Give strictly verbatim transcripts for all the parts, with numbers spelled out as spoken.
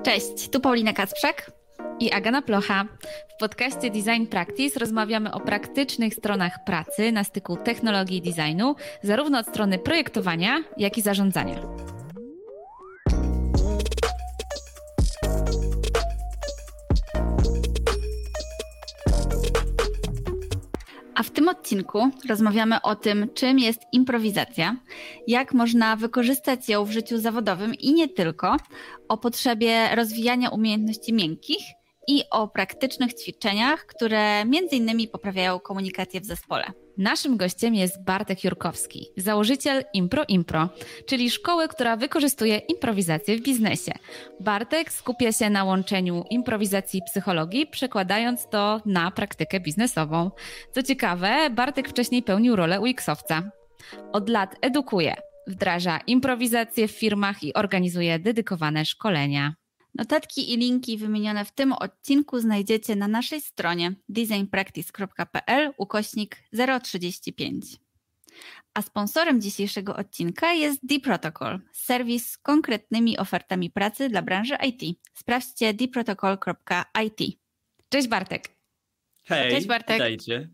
Cześć, tu Paulina Kacprzak i Agana Plocha. W podcaście Design Practice rozmawiamy o praktycznych stronach pracy na styku technologii i designu, zarówno od strony projektowania, jak i zarządzania. A w tym odcinku rozmawiamy o tym, czym jest improwizacja, jak można wykorzystać ją w życiu zawodowym i nie tylko, o potrzebie rozwijania umiejętności miękkich i o praktycznych ćwiczeniach, które między innymi poprawiają komunikację w zespole. Naszym gościem jest Bartek Jurkowski, założyciel Impro Impro, czyli szkoły, która wykorzystuje improwizację w biznesie. Bartek skupia się na łączeniu improwizacji i psychologii, przekładając to na praktykę biznesową. Co ciekawe, Bartek wcześniej pełnił rolę U X-owca. Od lat edukuje, wdraża improwizację w firmach i organizuje dedykowane szkolenia. Notatki i linki wymienione w tym odcinku znajdziecie na naszej stronie designpractice.pl ukośnik zero trzydzieści pięć. A sponsorem dzisiejszego odcinka jest D-Protocol, serwis z konkretnymi ofertami pracy dla branży I T. Sprawdźcie d protocol kropka i t. Cześć Bartek. Hej, Cześć Bartek. witajcie.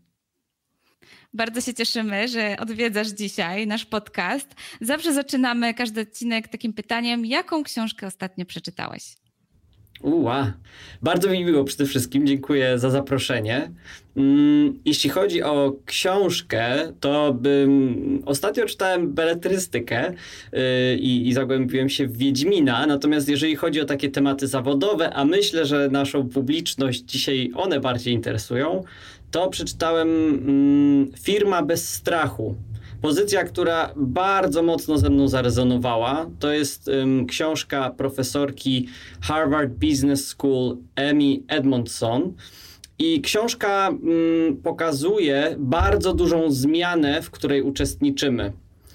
Bardzo się cieszymy, że odwiedzasz dzisiaj nasz podcast. Zawsze zaczynamy każdy odcinek takim pytaniem, jaką książkę ostatnio przeczytałeś? Uła, bardzo mi miło przede wszystkim, dziękuję za zaproszenie. Jeśli chodzi o książkę, to bym ostatnio czytałem beletrystykę i, i zagłębiłem się w Wiedźmina, natomiast jeżeli chodzi o takie tematy zawodowe, a myślę, że naszą publiczność dzisiaj one bardziej interesują, to przeczytałem mm, Firma bez strachu. Pozycja, która bardzo mocno ze mną zarezonowała, to jest um, książka profesorki Harvard Business School Amy Edmondson. I książka um, pokazuje bardzo dużą zmianę, w której uczestniczymy.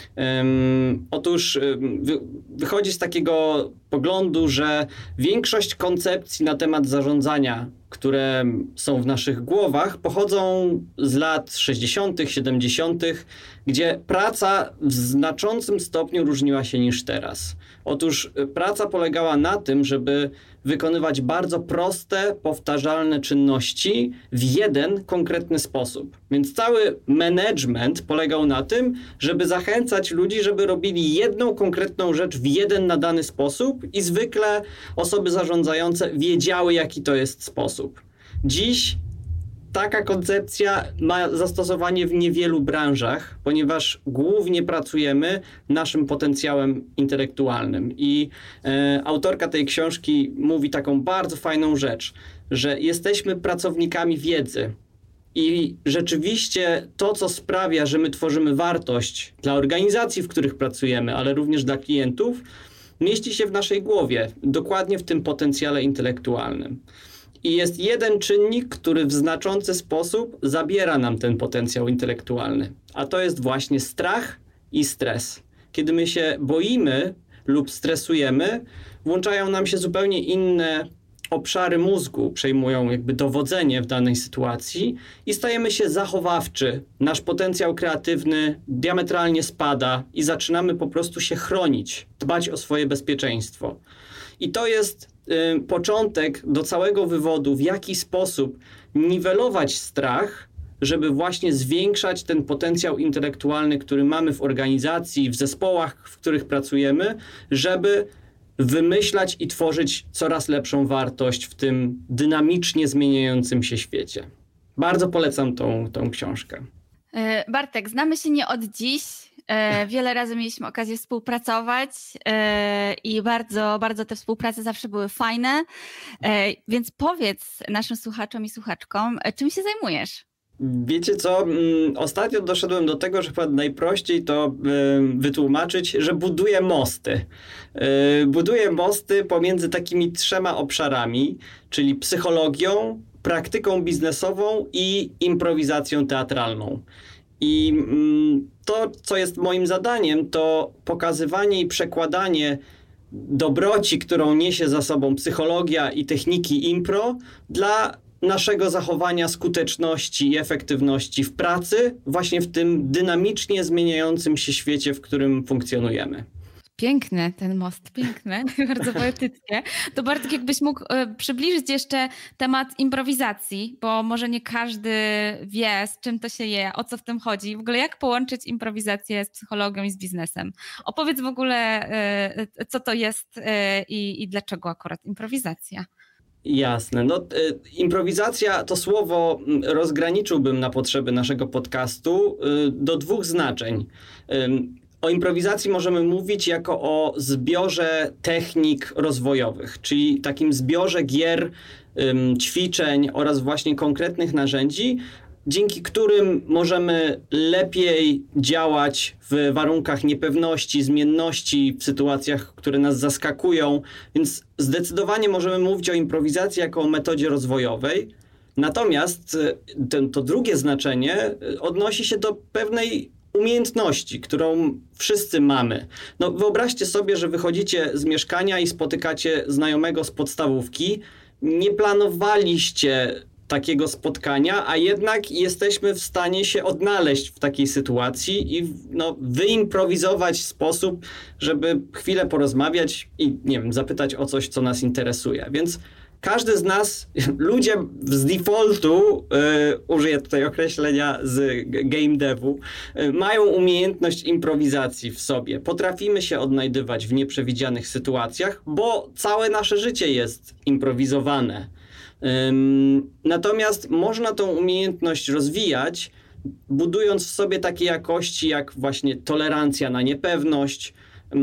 Um, otóż um, wy, wychodzi z takiego poglądu, że większość koncepcji na temat zarządzania, które są w naszych głowach, pochodzą z lat sześćdziesiątych, siedemdziesiątych, gdzie praca w znaczącym stopniu różniła się niż teraz. Otóż praca polegała na tym, żeby wykonywać bardzo proste, powtarzalne czynności w jeden konkretny sposób. Więc cały management polegał na tym, żeby zachęcać ludzi, żeby robili jedną konkretną rzecz w jeden nadany sposób i zwykle osoby zarządzające wiedziały, jaki to jest sposób. Dziś taka koncepcja ma zastosowanie w niewielu branżach, ponieważ głównie pracujemy naszym potencjałem intelektualnym. I e, autorka tej książki mówi taką bardzo fajną rzecz, że jesteśmy pracownikami wiedzy. I rzeczywiście to, co sprawia, że my tworzymy wartość dla organizacji, w których pracujemy, ale również dla klientów, mieści się w naszej głowie, dokładnie w tym potencjale intelektualnym. I jest jeden czynnik, który w znaczący sposób zabiera nam ten potencjał intelektualny, a to jest właśnie strach i stres. Kiedy my się boimy lub stresujemy, włączają nam się zupełnie inne obszary mózgu, przejmują jakby dowodzenie w danej sytuacji i stajemy się zachowawczy. Nasz potencjał kreatywny diametralnie spada i zaczynamy po prostu się chronić, dbać o swoje bezpieczeństwo. I to jest y, początek do całego wywodu, w jaki sposób niwelować strach, żeby właśnie zwiększać ten potencjał intelektualny, który mamy w organizacji, w zespołach, w których pracujemy, żeby wymyślać i tworzyć coraz lepszą wartość w tym dynamicznie zmieniającym się świecie. Bardzo polecam tą, tą książkę. Bartek, znamy się nie od dziś. Wiele razy mieliśmy okazję współpracować i bardzo, bardzo te współprace zawsze były fajne. Więc powiedz naszym słuchaczom i słuchaczkom, czym się zajmujesz? Wiecie co, ostatnio doszedłem do tego, że chyba najprościej to wytłumaczyć, że buduję mosty. Buduję mosty pomiędzy takimi trzema obszarami, czyli psychologią, praktyką biznesową i improwizacją teatralną. I to, co jest moim zadaniem, to pokazywanie i przekładanie dobroci, którą niesie za sobą psychologia i techniki impro dla naszego zachowania skuteczności i efektywności w pracy, właśnie w tym dynamicznie zmieniającym się świecie, w którym funkcjonujemy. Piękny ten most, piękny, bardzo poetyckie. To Bartek, jakbyś mógł przybliżyć jeszcze temat improwizacji, bo może nie każdy wie, z czym to się je, o co w tym chodzi. W ogóle jak połączyć improwizację z psychologią i z biznesem? Opowiedz w ogóle, co to jest i, i dlaczego akurat improwizacja. Jasne. No, y, improwizacja to słowo rozgraniczyłbym na potrzeby naszego podcastu y, do dwóch znaczeń. Y, O improwizacji możemy mówić jako o zbiorze technik rozwojowych, czyli takim zbiorze gier, ym, ćwiczeń oraz właśnie konkretnych narzędzi, dzięki którym możemy lepiej działać w warunkach niepewności, zmienności, w sytuacjach, które nas zaskakują. Więc zdecydowanie możemy mówić o improwizacji jako o metodzie rozwojowej. Natomiast to, to drugie znaczenie odnosi się do pewnej umiejętności, którą wszyscy mamy. No wyobraźcie sobie, że wychodzicie z mieszkania i spotykacie znajomego z podstawówki. Nie planowaliście takiego spotkania, a jednak jesteśmy w stanie się odnaleźć w takiej sytuacji i no, wyimprowizować sposób, żeby chwilę porozmawiać i nie wiem, zapytać o coś, co nas interesuje. Więc każdy z nas, ludzie z defaultu, yy, użyję tutaj określenia z game devu, yy, mają umiejętność improwizacji w sobie. Potrafimy się odnajdywać w nieprzewidzianych sytuacjach, bo całe nasze życie jest improwizowane. Yy, natomiast można tą umiejętność rozwijać, budując w sobie takie jakości jak właśnie tolerancja na niepewność,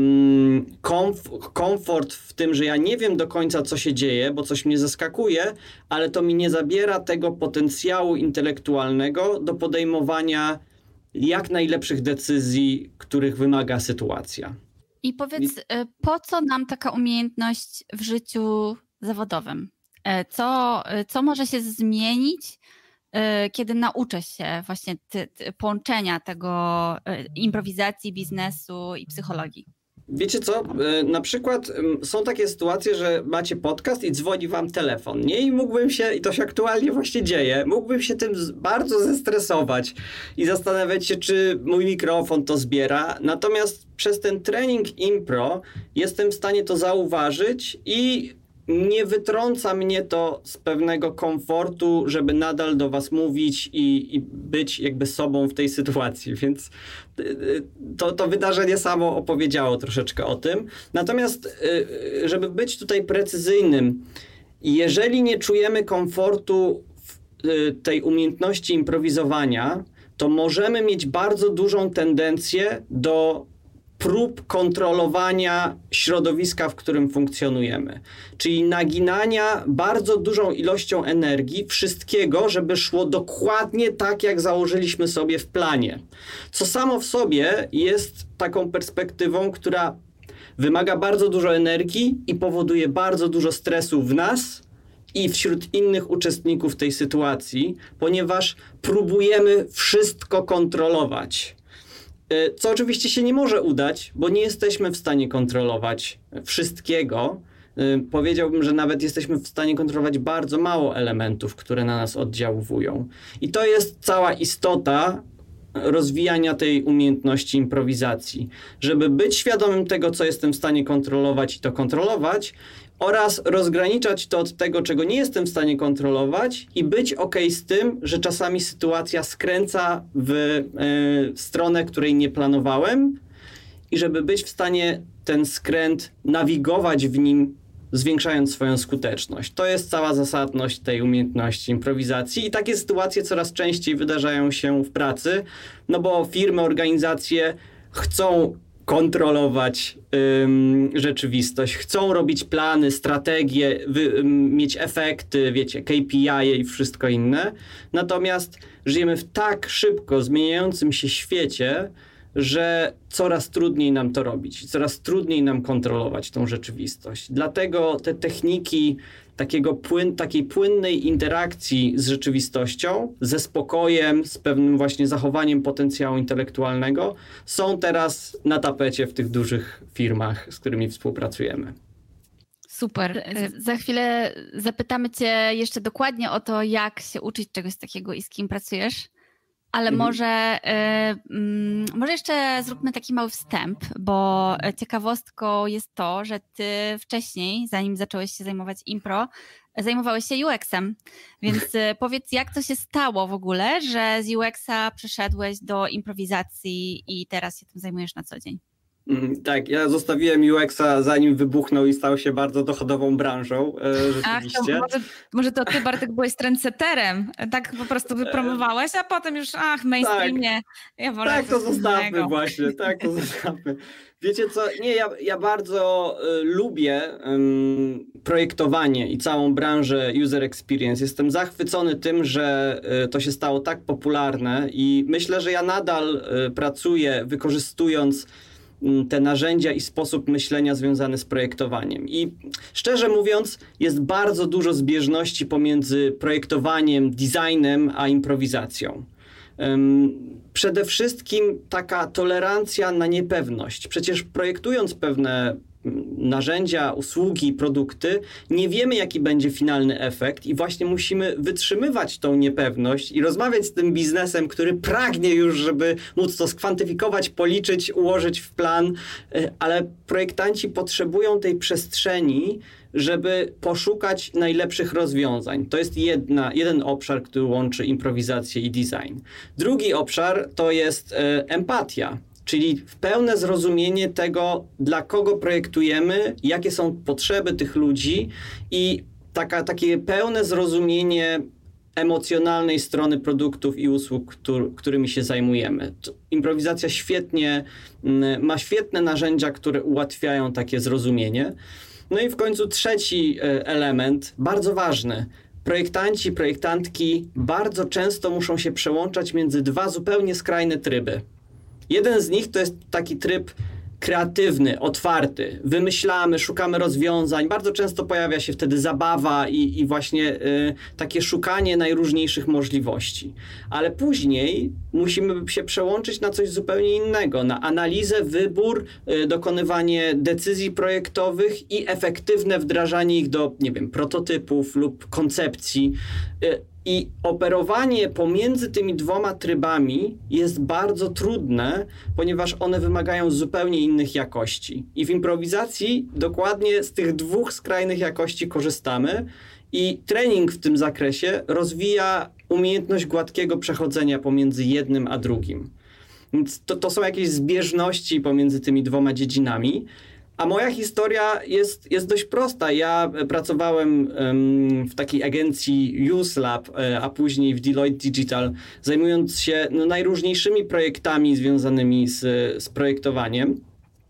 Komf- komfort w tym, że ja nie wiem do końca, co się dzieje, bo coś mnie zaskakuje, ale to mi nie zabiera tego potencjału intelektualnego do podejmowania jak najlepszych decyzji, których wymaga sytuacja. I powiedz, po co nam taka umiejętność w życiu zawodowym? Co, co może się zmienić, kiedy nauczę się właśnie ty, ty, połączenia tego improwizacji, biznesu i psychologii? Wiecie co, na przykład są takie sytuacje, że macie podcast i dzwoni wam telefon, nie? I mógłbym się, i to się aktualnie właśnie dzieje, mógłbym się tym bardzo zestresować i zastanawiać się, czy mój mikrofon to zbiera. Natomiast przez ten trening impro jestem w stanie to zauważyć i nie wytrąca mnie to z pewnego komfortu, żeby nadal do was mówić i, i być jakby sobą w tej sytuacji, więc to, to wydarzenie samo opowiedziało troszeczkę o tym. Natomiast, żeby być tutaj precyzyjnym, jeżeli nie czujemy komfortu w tej umiejętności improwizowania, to możemy mieć bardzo dużą tendencję do prób kontrolowania środowiska, w którym funkcjonujemy. Czyli naginania bardzo dużą ilością energii wszystkiego, żeby szło dokładnie tak, jak założyliśmy sobie w planie. Co samo w sobie jest taką perspektywą, która wymaga bardzo dużo energii i powoduje bardzo dużo stresu w nas i wśród innych uczestników tej sytuacji, ponieważ próbujemy wszystko kontrolować. Co oczywiście się nie może udać, bo nie jesteśmy w stanie kontrolować wszystkiego. Powiedziałbym, że nawet jesteśmy w stanie kontrolować bardzo mało elementów, które na nas oddziałują. I to jest cała istota rozwijania tej umiejętności improwizacji. Żeby być świadomym tego, co jestem w stanie kontrolować i to kontrolować, oraz rozgraniczać to od tego, czego nie jestem w stanie kontrolować i być okej z tym, że czasami sytuacja skręca w y, stronę, której nie planowałem i żeby być w stanie ten skręt nawigować w nim, zwiększając swoją skuteczność. To jest cała zasadność tej umiejętności improwizacji i takie sytuacje coraz częściej wydarzają się w pracy, no bo firmy, organizacje chcą kontrolować ym, rzeczywistość, chcą robić plany, strategie, wy, ym, mieć efekty, wiecie, K P I i wszystko inne. Natomiast żyjemy w tak szybko zmieniającym się świecie, że coraz trudniej nam to robić, coraz trudniej nam kontrolować tą rzeczywistość. Dlatego te techniki takiego płyn, takiej płynnej interakcji z rzeczywistością, ze spokojem, z pewnym właśnie zachowaniem potencjału intelektualnego są teraz na tapecie w tych dużych firmach, z którymi współpracujemy. Super. Za chwilę zapytamy cię jeszcze dokładnie o to, jak się uczyć czegoś takiego i z kim pracujesz. Ale Mhm. może, y, y, może jeszcze zróbmy taki mały wstęp, bo ciekawostką jest to, że ty wcześniej, zanim zacząłeś się zajmować impro, zajmowałeś się U X-em. Więc y, powiedz, jak to się stało w ogóle, że z U X-a przeszedłeś do improwizacji i teraz się tym zajmujesz na co dzień? Tak, ja zostawiłem U X-a zanim wybuchnął i stał się bardzo dochodową branżą, e, rzeczywiście. Ach, to może, może to ty, Bartek, byłeś trendsetterem, tak po prostu wypromowałeś, a potem już, ach, mainstreamie, tak, ja wolę Tak, to coś zostawmy innego. właśnie, tak, to zostawmy. Wiecie co, nie, ja, ja bardzo y, lubię y, projektowanie i całą branżę user experience. Jestem zachwycony tym, że y, to się stało tak popularne i myślę, że ja nadal y, pracuję wykorzystując te narzędzia i sposób myślenia związany z projektowaniem. I szczerze mówiąc, jest bardzo dużo zbieżności pomiędzy projektowaniem, designem, a improwizacją. Um, przede wszystkim taka tolerancja na niepewność. Przecież projektując pewne narzędzia, usługi, produkty, nie wiemy, jaki będzie finalny efekt i właśnie musimy wytrzymywać tą niepewność i rozmawiać z tym biznesem, który pragnie już, żeby móc to skwantyfikować, policzyć, ułożyć w plan, ale projektanci potrzebują tej przestrzeni, żeby poszukać najlepszych rozwiązań. To jest jedna, jeden obszar, który łączy improwizację i design. Drugi obszar to jest e, empatia. Czyli pełne zrozumienie tego, dla kogo projektujemy, jakie są potrzeby tych ludzi i taka, takie pełne zrozumienie emocjonalnej strony produktów i usług, który, którymi się zajmujemy. Improwizacja świetnie, ma świetne narzędzia, które ułatwiają takie zrozumienie. No i w końcu trzeci element, bardzo ważny. Projektanci, projektantki bardzo często muszą się przełączać między dwa zupełnie skrajne tryby. Jeden z nich to jest taki tryb kreatywny, otwarty. Wymyślamy, szukamy rozwiązań. Bardzo często pojawia się wtedy zabawa i, i właśnie y, takie szukanie najróżniejszych możliwości. Ale później musimy się przełączyć na coś zupełnie innego, na analizę, wybór, y, dokonywanie decyzji projektowych i efektywne wdrażanie ich do, nie wiem, prototypów lub koncepcji. Y, I operowanie pomiędzy tymi dwoma trybami jest bardzo trudne, ponieważ one wymagają zupełnie innych jakości. I w improwizacji dokładnie z tych dwóch skrajnych jakości korzystamy i trening w tym zakresie rozwija umiejętność gładkiego przechodzenia pomiędzy jednym a drugim. Więc to, to są jakieś zbieżności pomiędzy tymi dwoma dziedzinami. A moja historia jest, jest dość prosta. Ja pracowałem um, w takiej agencji UseLab, a później w Deloitte Digital, zajmując się no, najróżniejszymi projektami związanymi z, z projektowaniem.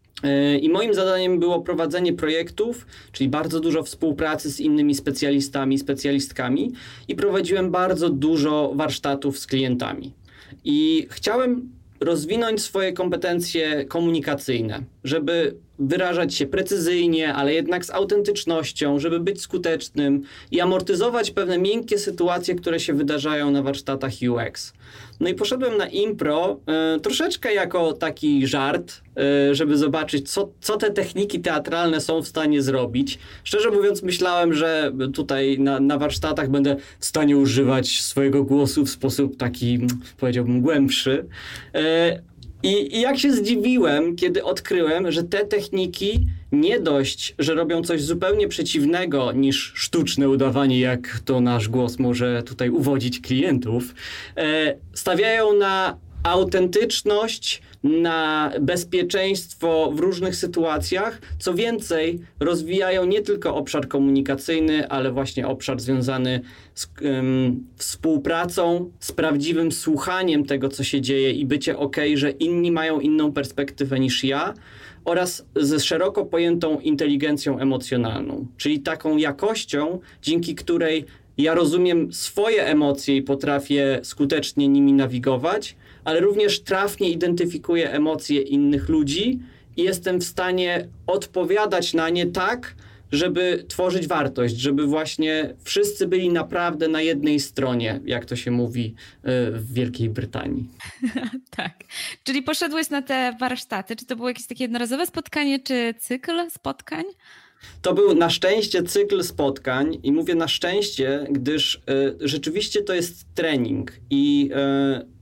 I moim zadaniem było prowadzenie projektów, czyli bardzo dużo współpracy z innymi specjalistami, specjalistkami i prowadziłem bardzo dużo warsztatów z klientami. I chciałem rozwinąć swoje kompetencje komunikacyjne, żeby wyrażać się precyzyjnie, ale jednak z autentycznością, żeby być skutecznym i amortyzować pewne miękkie sytuacje, które się wydarzają na warsztatach U X. No i poszedłem na impro e, troszeczkę jako taki żart, e, żeby zobaczyć, co, co te techniki teatralne są w stanie zrobić. Szczerze mówiąc, myślałem, że tutaj na, na warsztatach będę w stanie używać swojego głosu w sposób taki, powiedziałbym, głębszy. E, I, I jak się zdziwiłem, kiedy odkryłem, że te techniki nie dość, że robią coś zupełnie przeciwnego niż sztuczne udawanie, jak to nasz głos może tutaj uwodzić klientów, e, stawiają na autentyczność, na bezpieczeństwo w różnych sytuacjach. Co więcej, rozwijają nie tylko obszar komunikacyjny, ale właśnie obszar związany z um, współpracą, z prawdziwym słuchaniem tego, co się dzieje i bycie okej, że inni mają inną perspektywę niż ja, oraz ze szeroko pojętą inteligencją emocjonalną, czyli taką jakością, dzięki której ja rozumiem swoje emocje i potrafię skutecznie nimi nawigować, ale również trafnie identyfikuję emocje innych ludzi i jestem w stanie odpowiadać na nie tak, żeby tworzyć wartość, żeby właśnie wszyscy byli naprawdę na jednej stronie, jak to się mówi w Wielkiej Brytanii. Tak. Czyli poszedłeś na te warsztaty. Czy to było jakieś takie jednorazowe spotkanie, czy cykl spotkań? To był na szczęście cykl spotkań i mówię na szczęście, gdyż y, rzeczywiście to jest trening i y,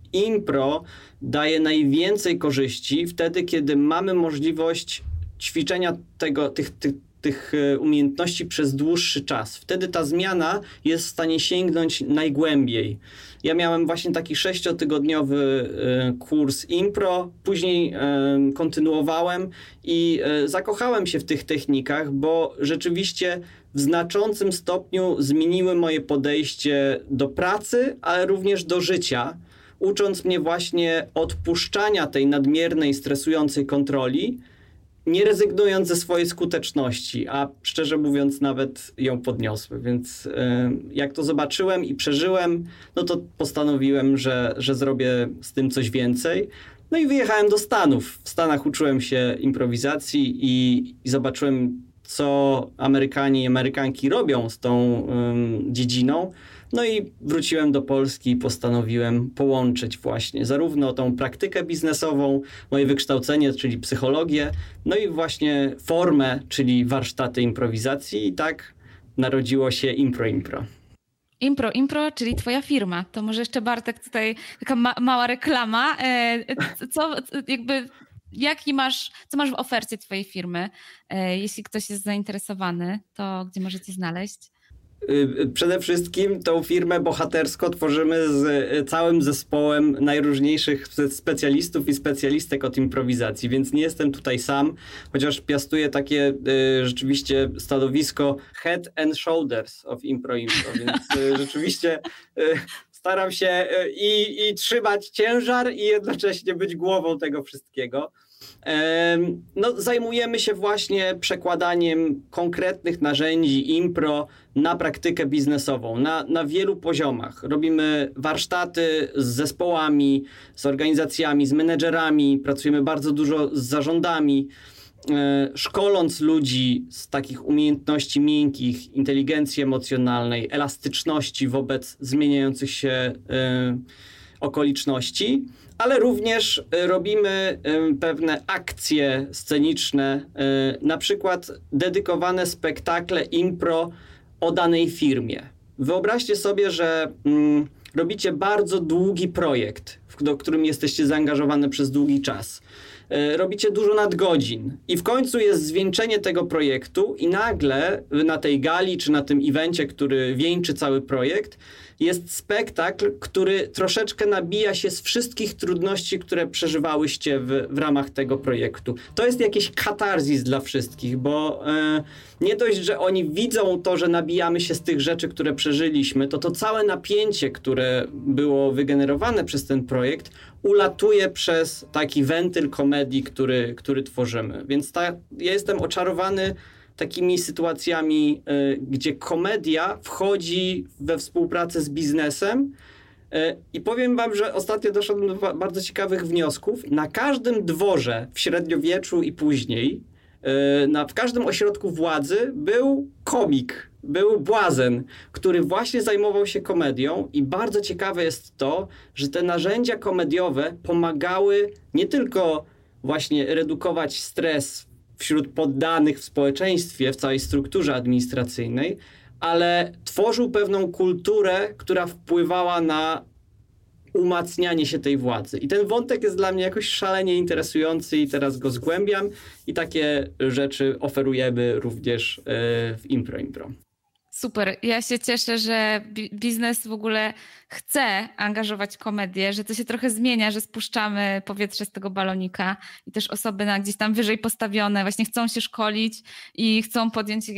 impro daje najwięcej korzyści wtedy, kiedy mamy możliwość ćwiczenia tego, tych, tych, tych umiejętności przez dłuższy czas. Wtedy ta zmiana jest w stanie sięgnąć najgłębiej. Ja miałem właśnie taki sześciotygodniowy kurs impro, później kontynuowałem i zakochałem się w tych technikach, bo rzeczywiście w znaczącym stopniu zmieniły moje podejście do pracy, ale również do życia, ucząc mnie właśnie odpuszczania tej nadmiernej, stresującej kontroli, nie rezygnując ze swojej skuteczności, a szczerze mówiąc nawet ją podniosły. Więc y, jak to zobaczyłem i przeżyłem, no to postanowiłem, że, że zrobię z tym coś więcej. No i wyjechałem do Stanów. W Stanach uczyłem się improwizacji i, i zobaczyłem, co Amerykanie i Amerykanki robią z tą y, dziedziną. No i wróciłem do Polski i postanowiłem połączyć właśnie zarówno tą praktykę biznesową, moje wykształcenie, czyli psychologię, no i właśnie formę, czyli warsztaty improwizacji i tak narodziło się Impro Impro. Impro Impro, czyli twoja firma. To może jeszcze Bartek tutaj taka ma- mała reklama. Co jakby... Jaki masz, co masz w ofercie twojej firmy? Jeśli ktoś jest zainteresowany, to gdzie możecie znaleźć? Przede wszystkim tą firmę bohatersko tworzymy z całym zespołem najróżniejszych specjalistów i specjalistek od improwizacji, więc nie jestem tutaj sam, chociaż piastuję takie y, rzeczywiście stanowisko head and shoulders of impro impro, więc y, rzeczywiście y, staram się y, i, i trzymać ciężar i jednocześnie być głową tego wszystkiego. No, zajmujemy się właśnie przekładaniem konkretnych narzędzi impro na praktykę biznesową, na, na wielu poziomach. Robimy warsztaty z zespołami, z organizacjami, z menedżerami, pracujemy bardzo dużo z zarządami, szkoląc ludzi z takich umiejętności miękkich, inteligencji emocjonalnej, elastyczności wobec zmieniających się okoliczności, ale również robimy pewne akcje sceniczne, na przykład dedykowane spektakle impro o danej firmie. Wyobraźcie sobie, że mm, robicie bardzo długi projekt, do którym jesteście zaangażowane przez długi czas. Robicie dużo nadgodzin i w końcu jest zwieńczenie tego projektu i nagle na tej gali czy na tym evencie, który wieńczy cały projekt, jest spektakl, który troszeczkę nabija się z wszystkich trudności, które przeżywałyście w, w ramach tego projektu. To jest jakiś katarzis dla wszystkich, bo e, nie dość, że oni widzą to, że nabijamy się z tych rzeczy, które przeżyliśmy, to to całe napięcie, które było wygenerowane przez ten projekt, ulatuje przez taki wentyl komedii, który, który tworzymy. Więc ta, ja jestem oczarowany takimi sytuacjami, y, gdzie komedia wchodzi we współpracę z biznesem y, i powiem wam, że ostatnio doszedłem do bardzo ciekawych wniosków. Na każdym dworze w średniowieczu i później, y, na, w każdym ośrodku władzy był komik, był błazen, który właśnie zajmował się komedią i bardzo ciekawe jest to, że te narzędzia komediowe pomagały nie tylko właśnie redukować stres wśród poddanych w społeczeństwie, w całej strukturze administracyjnej, ale tworzył pewną kulturę, która wpływała na umacnianie się tej władzy. I ten wątek jest dla mnie jakoś szalenie interesujący i teraz go zgłębiam i takie rzeczy oferujemy również w Impro Impro. Super. Ja się cieszę, że bi- biznes w ogóle chce angażować komedię, że to się trochę zmienia, że spuszczamy powietrze z tego balonika i też osoby na gdzieś tam wyżej postawione właśnie chcą się szkolić i chcą podjąć ym,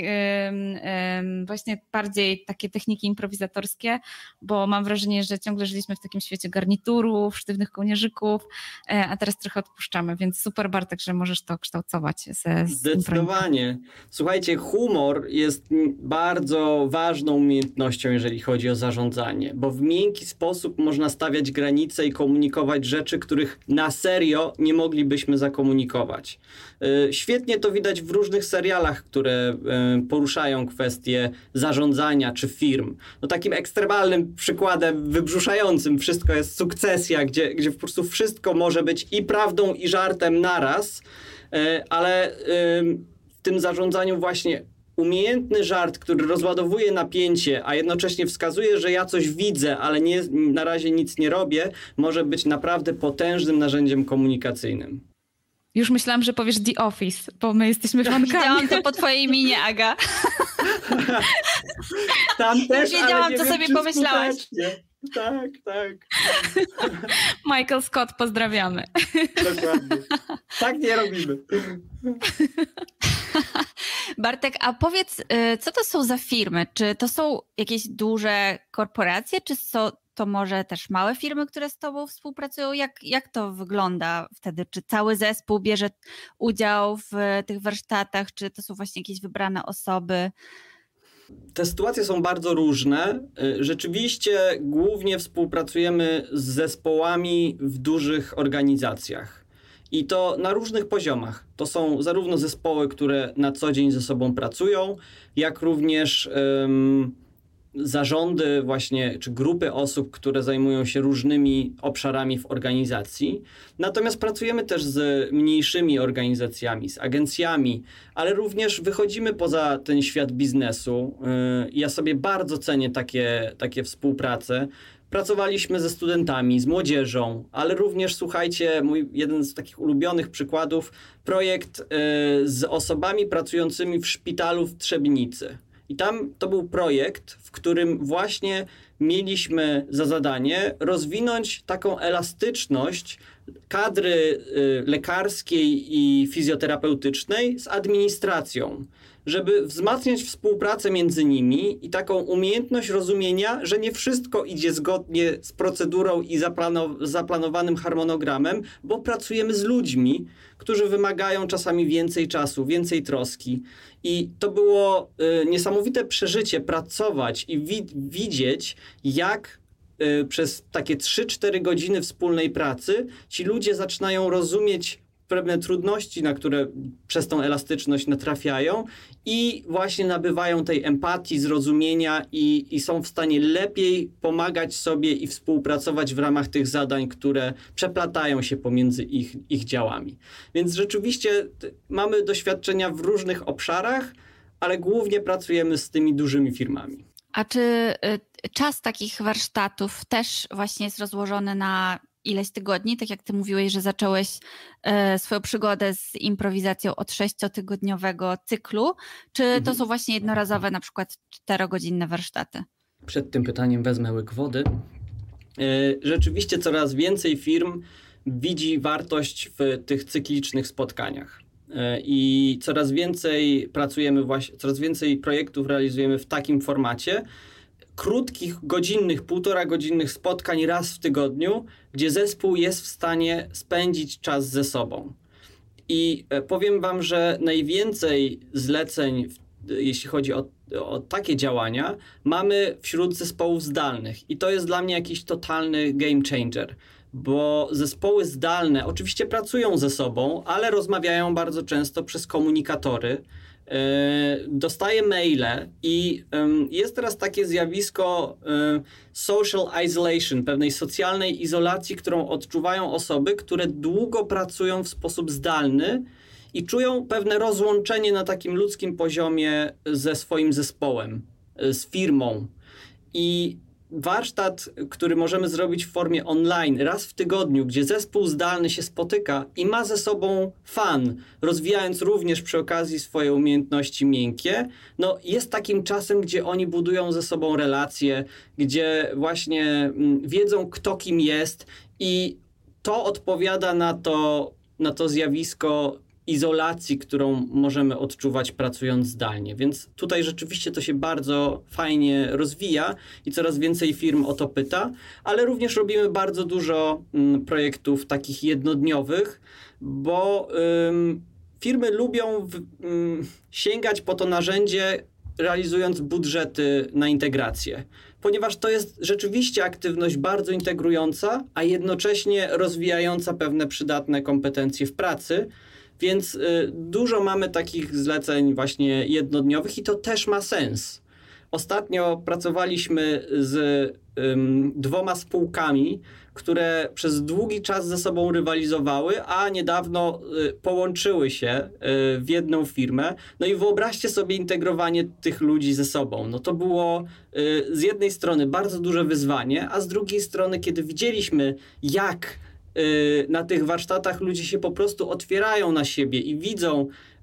ym, właśnie bardziej takie techniki improwizatorskie, bo mam wrażenie, że ciągle żyliśmy w takim świecie garniturów, sztywnych kołnierzyków, a teraz trochę odpuszczamy, więc super, Bartek, że możesz to kształtować. Ze, z Zdecydowanie. Słuchajcie, humor jest bardzo ważną umiejętnością, jeżeli chodzi o zarządzanie, bo w miękki sposób można stawiać granice i komunikować rzeczy, których na serio nie moglibyśmy zakomunikować. Świetnie to widać w różnych serialach, które poruszają kwestie zarządzania czy firm. No takim ekstremalnym przykładem wybrzuszającym wszystko jest Sukcesja, gdzie, gdzie po prostu wszystko może być i prawdą, i żartem naraz, ale w tym zarządzaniu właśnie umiejętny żart, który rozładowuje napięcie, a jednocześnie wskazuje, że ja coś widzę, ale nie, na razie nic nie robię, może być naprawdę potężnym narzędziem komunikacyjnym. Już myślałam, że powiesz The Office, bo my jesteśmy fankami. Widziałam to po twojej minie, Aga. Tam też, wiedziałam, ale nie co wiem, sobie czy pomyślałaś. skutecznie. Tak, tak. Michael Scott, pozdrawiamy. Dokładnie. Tak nie robimy. Bartek, a powiedz, co to są za firmy? Czy to są jakieś duże korporacje, czy są to może też małe firmy, które z tobą współpracują? Jak, jak to wygląda wtedy? Czy cały zespół bierze udział w tych warsztatach, czy to są właśnie jakieś wybrane osoby? Te sytuacje są bardzo różne. Rzeczywiście głównie współpracujemy z zespołami w dużych organizacjach. I to na różnych poziomach. To są zarówno zespoły, które na co dzień ze sobą pracują, jak również um, zarządy właśnie, czy grupy osób, które zajmują się różnymi obszarami w organizacji. Natomiast pracujemy też z mniejszymi organizacjami, z agencjami, ale również wychodzimy poza ten świat biznesu. Ja sobie bardzo cenię takie, takie współprace. Pracowaliśmy ze studentami, z młodzieżą, ale również, słuchajcie, mój jeden z takich ulubionych przykładów, projekt y, z osobami pracującymi w szpitalu w Trzebnicy. I tam to był projekt, w którym właśnie mieliśmy za zadanie rozwinąć taką elastyczność kadry y, lekarskiej i fizjoterapeutycznej z administracją, żeby wzmacniać współpracę między nimi i taką umiejętność rozumienia, że nie wszystko idzie zgodnie z procedurą i zaplanow- zaplanowanym harmonogramem, bo pracujemy z ludźmi, którzy wymagają czasami więcej czasu, więcej troski. I to było y, niesamowite przeżycie pracować i wi- widzieć, jak y, przez takie trzy cztery godziny wspólnej pracy ci ludzie zaczynają rozumieć pewne trudności, na które przez tą elastyczność natrafiają i właśnie nabywają tej empatii, zrozumienia i, i są w stanie lepiej pomagać sobie i współpracować w ramach tych zadań, które przeplatają się pomiędzy ich, ich działami. Więc rzeczywiście mamy doświadczenia w różnych obszarach, ale głównie pracujemy z tymi dużymi firmami. A czy czas takich warsztatów też właśnie jest rozłożony na ileś tygodni, tak jak ty mówiłeś, że zacząłeś e, swoją przygodę z improwizacją od sześciotygodniowego cyklu, czy to mhm. są właśnie jednorazowe, na przykład czterogodzinne warsztaty? Przed tym pytaniem wezmę łyk wody. E, rzeczywiście coraz więcej firm widzi wartość w tych cyklicznych spotkaniach. E, I coraz więcej pracujemy właśnie, coraz więcej projektów realizujemy w takim formacie, krótkich, godzinnych, półtora godzinnych spotkań raz w tygodniu, gdzie zespół jest w stanie spędzić czas ze sobą. I powiem wam, że najwięcej zleceń, jeśli chodzi o, o takie działania, mamy wśród zespołów zdalnych. I to jest dla mnie jakiś totalny game changer, bo zespoły zdalne oczywiście pracują ze sobą, ale rozmawiają bardzo często przez komunikatory. Dostaję maile i jest teraz takie zjawisko social isolation, pewnej socjalnej izolacji, którą odczuwają osoby, które długo pracują w sposób zdalny i czują pewne rozłączenie na takim ludzkim poziomie ze swoim zespołem, z firmą. I warsztat, który możemy zrobić w formie online raz w tygodniu, gdzie zespół zdalny się spotyka i ma ze sobą fan, rozwijając również przy okazji swoje umiejętności miękkie, no jest takim czasem, gdzie oni budują ze sobą relacje, gdzie właśnie mm, wiedzą, kto kim jest i to odpowiada na to, na to zjawisko izolacji, którą możemy odczuwać pracując zdalnie. Więc tutaj rzeczywiście to się bardzo fajnie rozwija i coraz więcej firm o to pyta, ale również robimy bardzo dużo mm, projektów takich jednodniowych, bo ym, firmy lubią w, ym, sięgać po to narzędzie, realizując budżety na integrację. Ponieważ to jest rzeczywiście aktywność bardzo integrująca, a jednocześnie rozwijająca pewne przydatne kompetencje w pracy. Więc y, dużo mamy takich zleceń właśnie jednodniowych i to też ma sens. Ostatnio pracowaliśmy z ym, dwoma spółkami, które przez długi czas ze sobą rywalizowały, a niedawno y, połączyły się y, w jedną firmę. No i wyobraźcie sobie integrowanie tych ludzi ze sobą. No to było y, z jednej strony bardzo duże wyzwanie, a z drugiej strony, kiedy widzieliśmy, jak y, na tych warsztatach ludzie się po prostu otwierają na siebie i widzą,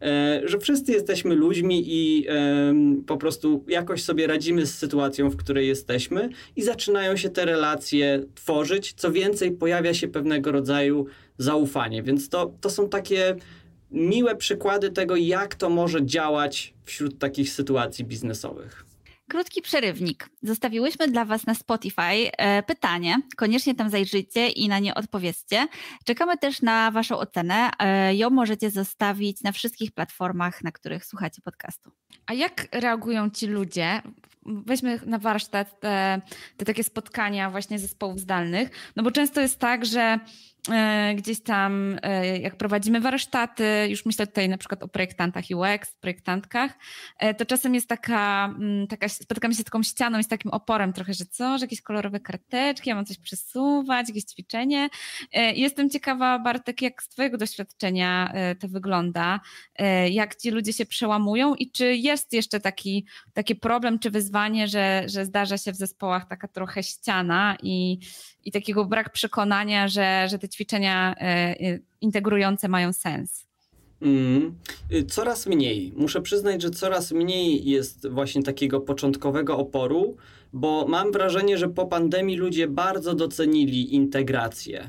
że wszyscy jesteśmy ludźmi i um, po prostu jakoś sobie radzimy z sytuacją, w której jesteśmy i zaczynają się te relacje tworzyć. Co więcej, pojawia się pewnego rodzaju zaufanie. Więc to, to są takie miłe przykłady tego, jak to może działać wśród takich sytuacji biznesowych. Krótki przerywnik. Zostawiłyśmy dla Was na Spotify e, pytanie. Koniecznie tam zajrzyjcie i na nie odpowiedzcie. Czekamy też na Waszą ocenę. E, ją możecie zostawić na wszystkich platformach, na których słuchacie podcastu. A jak reagują ci ludzie? Weźmy na warsztat te, te takie spotkania właśnie zespołów zdalnych, no bo często jest tak, że gdzieś tam jak prowadzimy warsztaty, już myślę tutaj na przykład o projektantach U X, projektantkach, to czasem jest taka, taka spotykamy się z taką ścianą i z takim oporem trochę, że co, że jakieś kolorowe karteczki, ja mam coś przesuwać, jakieś ćwiczenie. Jestem ciekawa, Bartek, jak z twojego doświadczenia to wygląda, jak ci ludzie się przełamują i czy jest jeszcze taki, taki problem czy wyzwanie, że, że zdarza się w zespołach taka trochę ściana i i takiego brak przekonania, że, że te ćwiczenia y, integrujące mają sens? Mm, coraz mniej. Muszę przyznać, że coraz mniej jest właśnie takiego początkowego oporu, bo mam wrażenie, że po pandemii ludzie bardzo docenili integrację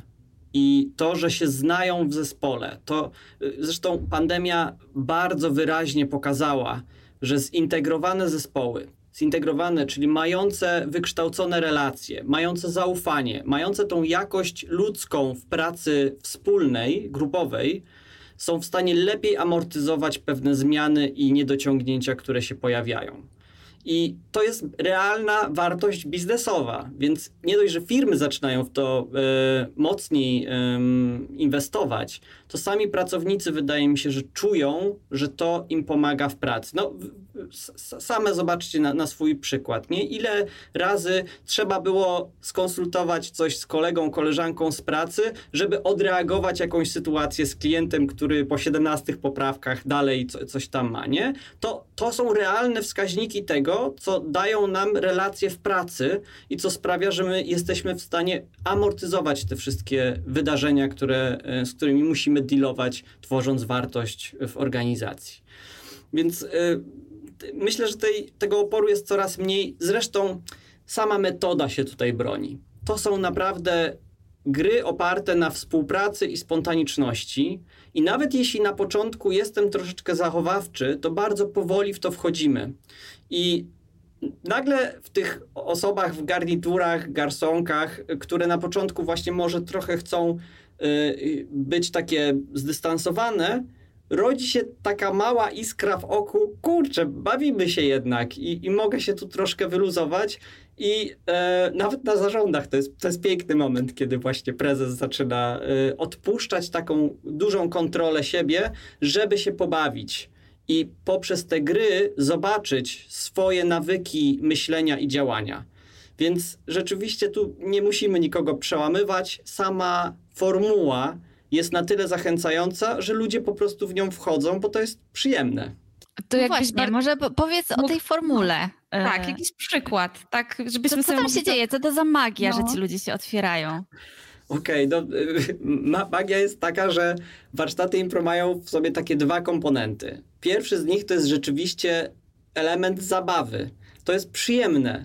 i to, że się znają w zespole. To, zresztą pandemia bardzo wyraźnie pokazała, że zintegrowane zespoły, zintegrowane, czyli mające wykształcone relacje, mające zaufanie, mające tą jakość ludzką w pracy wspólnej, grupowej, są w stanie lepiej amortyzować pewne zmiany i niedociągnięcia, które się pojawiają. I to jest realna wartość biznesowa, więc nie dość, że firmy zaczynają w to e, mocniej e, inwestować, to sami pracownicy, wydaje mi się, że czują, że to im pomaga w pracy. No, same zobaczcie na, na swój przykład, nie? Ile razy trzeba było skonsultować coś z kolegą, koleżanką z pracy, żeby odreagować jakąś sytuację z klientem, który po siedemnastu poprawkach dalej co, coś tam ma, nie? To, to są realne wskaźniki tego, co dają nam relacje w pracy i co sprawia, że my jesteśmy w stanie amortyzować te wszystkie wydarzenia, które, z którymi musimy dealować, tworząc wartość w organizacji. Więc y, myślę, że tej, tego oporu jest coraz mniej. Zresztą sama metoda się tutaj broni. To są naprawdę gry oparte na współpracy i spontaniczności i nawet jeśli na początku jestem troszeczkę zachowawczy, to bardzo powoli w to wchodzimy. I nagle w tych osobach w garniturach, garsonkach, które na początku właśnie może trochę chcą y, być takie zdystansowane, rodzi się taka mała iskra w oku, kurczę, bawimy się jednak i, i mogę się tu troszkę wyluzować i e, nawet na zarządach to jest, to jest piękny moment, kiedy właśnie prezes zaczyna e, odpuszczać taką dużą kontrolę siebie, żeby się pobawić i poprzez te gry zobaczyć swoje nawyki myślenia i działania. Więc rzeczywiście tu nie musimy nikogo przełamywać, sama formuła jest na tyle zachęcająca, że ludzie po prostu w nią wchodzą, bo to jest przyjemne. To no właśnie, bar... może powiedz Mów... o tej formule. Tak, jakiś przykład. Tak, żebyśmy co, co tam się to... dzieje? Co to za magia, no. że ci ludzie się otwierają? Okej, okay, no, magia jest taka, że warsztaty impro mają w sobie takie dwa komponenty. Pierwszy z nich to jest rzeczywiście element zabawy. To jest przyjemne,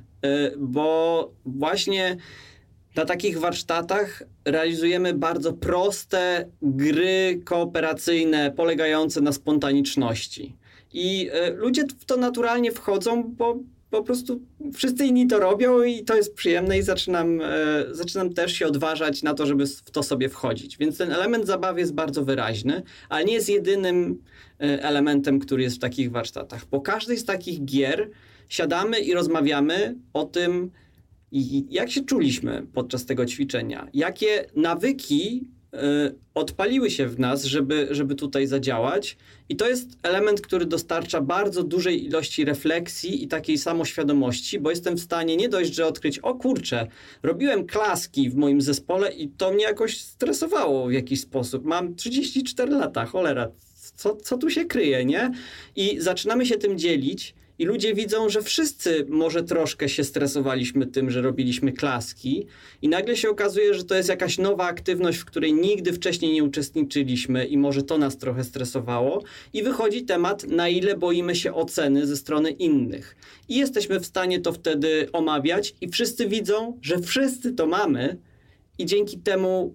bo właśnie na takich warsztatach realizujemy bardzo proste gry kooperacyjne polegające na spontaniczności. I y, ludzie w to naturalnie wchodzą, bo po prostu wszyscy inni to robią i to jest przyjemne i zaczynam, y, zaczynam też się odważać na to, żeby w to sobie wchodzić. Więc ten element zabawy jest bardzo wyraźny, ale nie jest jedynym y, elementem, który jest w takich warsztatach. Po każdej z takich gier siadamy i rozmawiamy o tym, i jak się czuliśmy podczas tego ćwiczenia? Jakie nawyki odpaliły się w nas, żeby, żeby tutaj zadziałać. I to jest element, który dostarcza bardzo dużej ilości refleksji i takiej samoświadomości, bo jestem w stanie nie dość, że odkryć, o kurczę, robiłem klaski w moim zespole i to mnie jakoś stresowało w jakiś sposób. Mam trzydzieści cztery lata, cholera, co, co tu się kryje, nie? I zaczynamy się tym dzielić. I ludzie widzą, że wszyscy może troszkę się stresowaliśmy tym, że robiliśmy klaski i nagle się okazuje, że to jest jakaś nowa aktywność, w której nigdy wcześniej nie uczestniczyliśmy i może to nas trochę stresowało i wychodzi temat, na ile boimy się oceny ze strony innych. I jesteśmy w stanie to wtedy omawiać i wszyscy widzą, że wszyscy to mamy i dzięki temu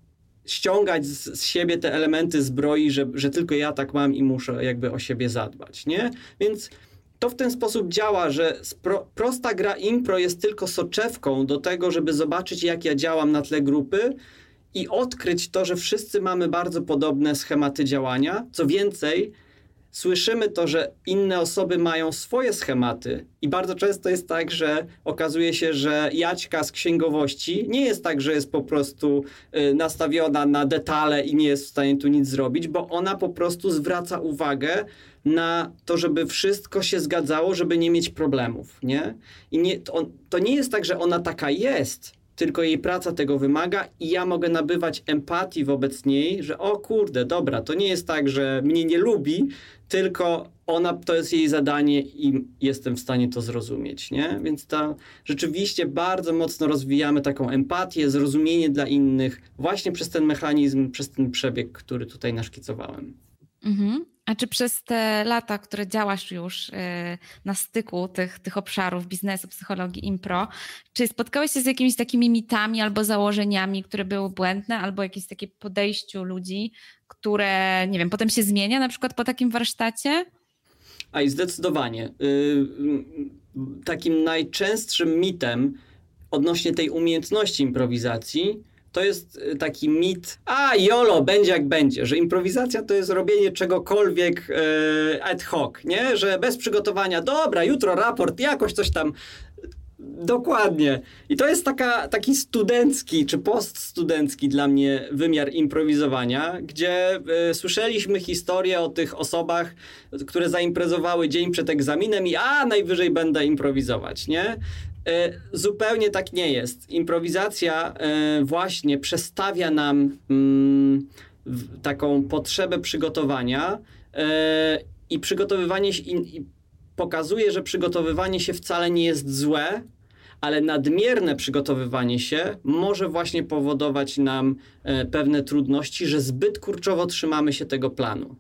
ściągać z, z siebie te elementy zbroi, że, że tylko ja tak mam i muszę jakby o siebie zadbać, nie? Więc to w ten sposób działa, że spro, prosta gra impro jest tylko soczewką do tego, żeby zobaczyć, jak ja działam na tle grupy i odkryć to, że wszyscy mamy bardzo podobne schematy działania. Co więcej, słyszymy to, że inne osoby mają swoje schematy i bardzo często jest tak, że okazuje się, że Jaćka z księgowości nie jest tak, że jest po prostu y, nastawiona na detale i nie jest w stanie tu nic zrobić, bo ona po prostu zwraca uwagę na to, żeby wszystko się zgadzało, żeby nie mieć problemów, nie? I nie, to, to nie jest tak, że ona taka jest, tylko jej praca tego wymaga i ja mogę nabywać empatii wobec niej, że o kurde, dobra, to nie jest tak, że mnie nie lubi, tylko ona, to jest jej zadanie i jestem w stanie to zrozumieć, nie? Więc ta, rzeczywiście bardzo mocno rozwijamy taką empatię, zrozumienie dla innych właśnie przez ten mechanizm, przez ten przebieg, który tutaj naszkicowałem. Mhm. A czy przez te lata, które działasz już na styku tych, tych obszarów biznesu, psychologii, impro, czy spotkałeś się z jakimiś takimi mitami albo założeniami, które były błędne, albo jakieś takie podejściu ludzi, które, nie wiem, potem się zmienia na przykład po takim warsztacie? A i zdecydowanie. Yy, takim najczęstszym mitem odnośnie tej umiejętności improwizacji to jest taki mit, a jolo, będzie jak będzie, że improwizacja to jest robienie czegokolwiek e, ad hoc, nie? Że bez przygotowania, dobra, jutro raport, jakoś coś tam. Dokładnie. I to jest taka, taki studencki czy poststudencki dla mnie wymiar improwizowania, gdzie y, słyszeliśmy historię o tych osobach, które zaimprezowały dzień przed egzaminem i a, najwyżej będę improwizować, nie? Y, zupełnie tak nie jest. Improwizacja y, właśnie przestawia nam y, taką potrzebę przygotowania y, i przygotowywanie się i, i pokazuje, że przygotowywanie się wcale nie jest złe, ale nadmierne przygotowywanie się może właśnie powodować nam e, pewne trudności, że zbyt kurczowo trzymamy się tego planu.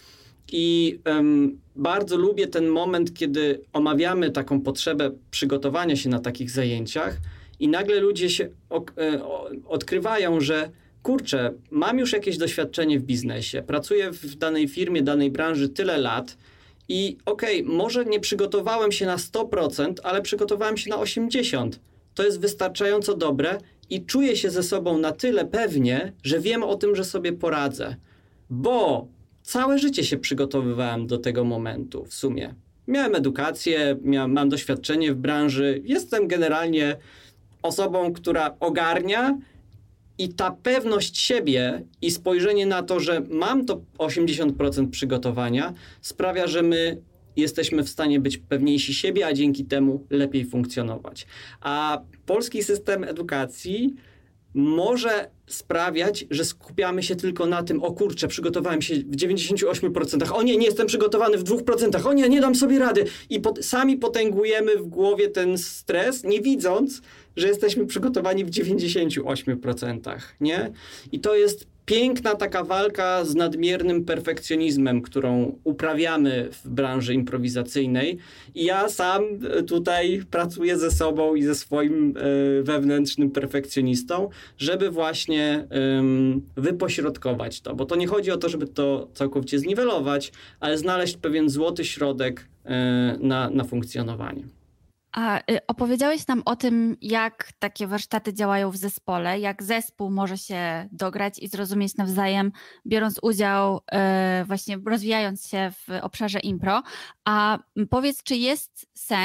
I em, bardzo lubię ten moment, kiedy omawiamy taką potrzebę przygotowania się na takich zajęciach i nagle ludzie się ok, e, odkrywają, że kurczę, mam już jakieś doświadczenie w biznesie, pracuję w danej firmie, danej branży tyle lat, i okej, okay, może nie przygotowałem się na sto procent, ale przygotowałem się na osiemdziesiąt procent. To jest wystarczająco dobre i czuję się ze sobą na tyle pewnie, że wiem o tym, że sobie poradzę. Bo całe życie się przygotowywałem do tego momentu w sumie. Miałem edukację, miałem, mam doświadczenie w branży. Jestem generalnie osobą, która ogarnia i ta pewność siebie i spojrzenie na to, że mam to osiemdziesiąt procent przygotowania, sprawia, że my jesteśmy w stanie być pewniejsi siebie, a dzięki temu lepiej funkcjonować. A polski system edukacji może sprawiać, że skupiamy się tylko na tym, o kurczę, przygotowałem się w dziewięćdziesięciu ośmiu procentach, o nie, nie jestem przygotowany w dwóch procentach, o nie, nie dam sobie rady. I pot- sami potęgujemy w głowie ten stres, nie widząc, że jesteśmy przygotowani w dziewięćdziesięciu ośmiu procentach, nie? I to jest piękna taka walka z nadmiernym perfekcjonizmem, którą uprawiamy w branży improwizacyjnej. I ja sam tutaj pracuję ze sobą i ze swoim y, wewnętrznym perfekcjonistą, żeby właśnie y, wypośrodkować to. Bo to nie chodzi o to, żeby to całkowicie zniwelować, ale znaleźć pewien złoty środek y, na, na funkcjonowanie. A opowiedziałeś nam o tym, jak takie warsztaty działają w zespole, jak zespół może się dograć i zrozumieć nawzajem, biorąc udział, właśnie rozwijając się w obszarze impro. A powiedz, czy jest sens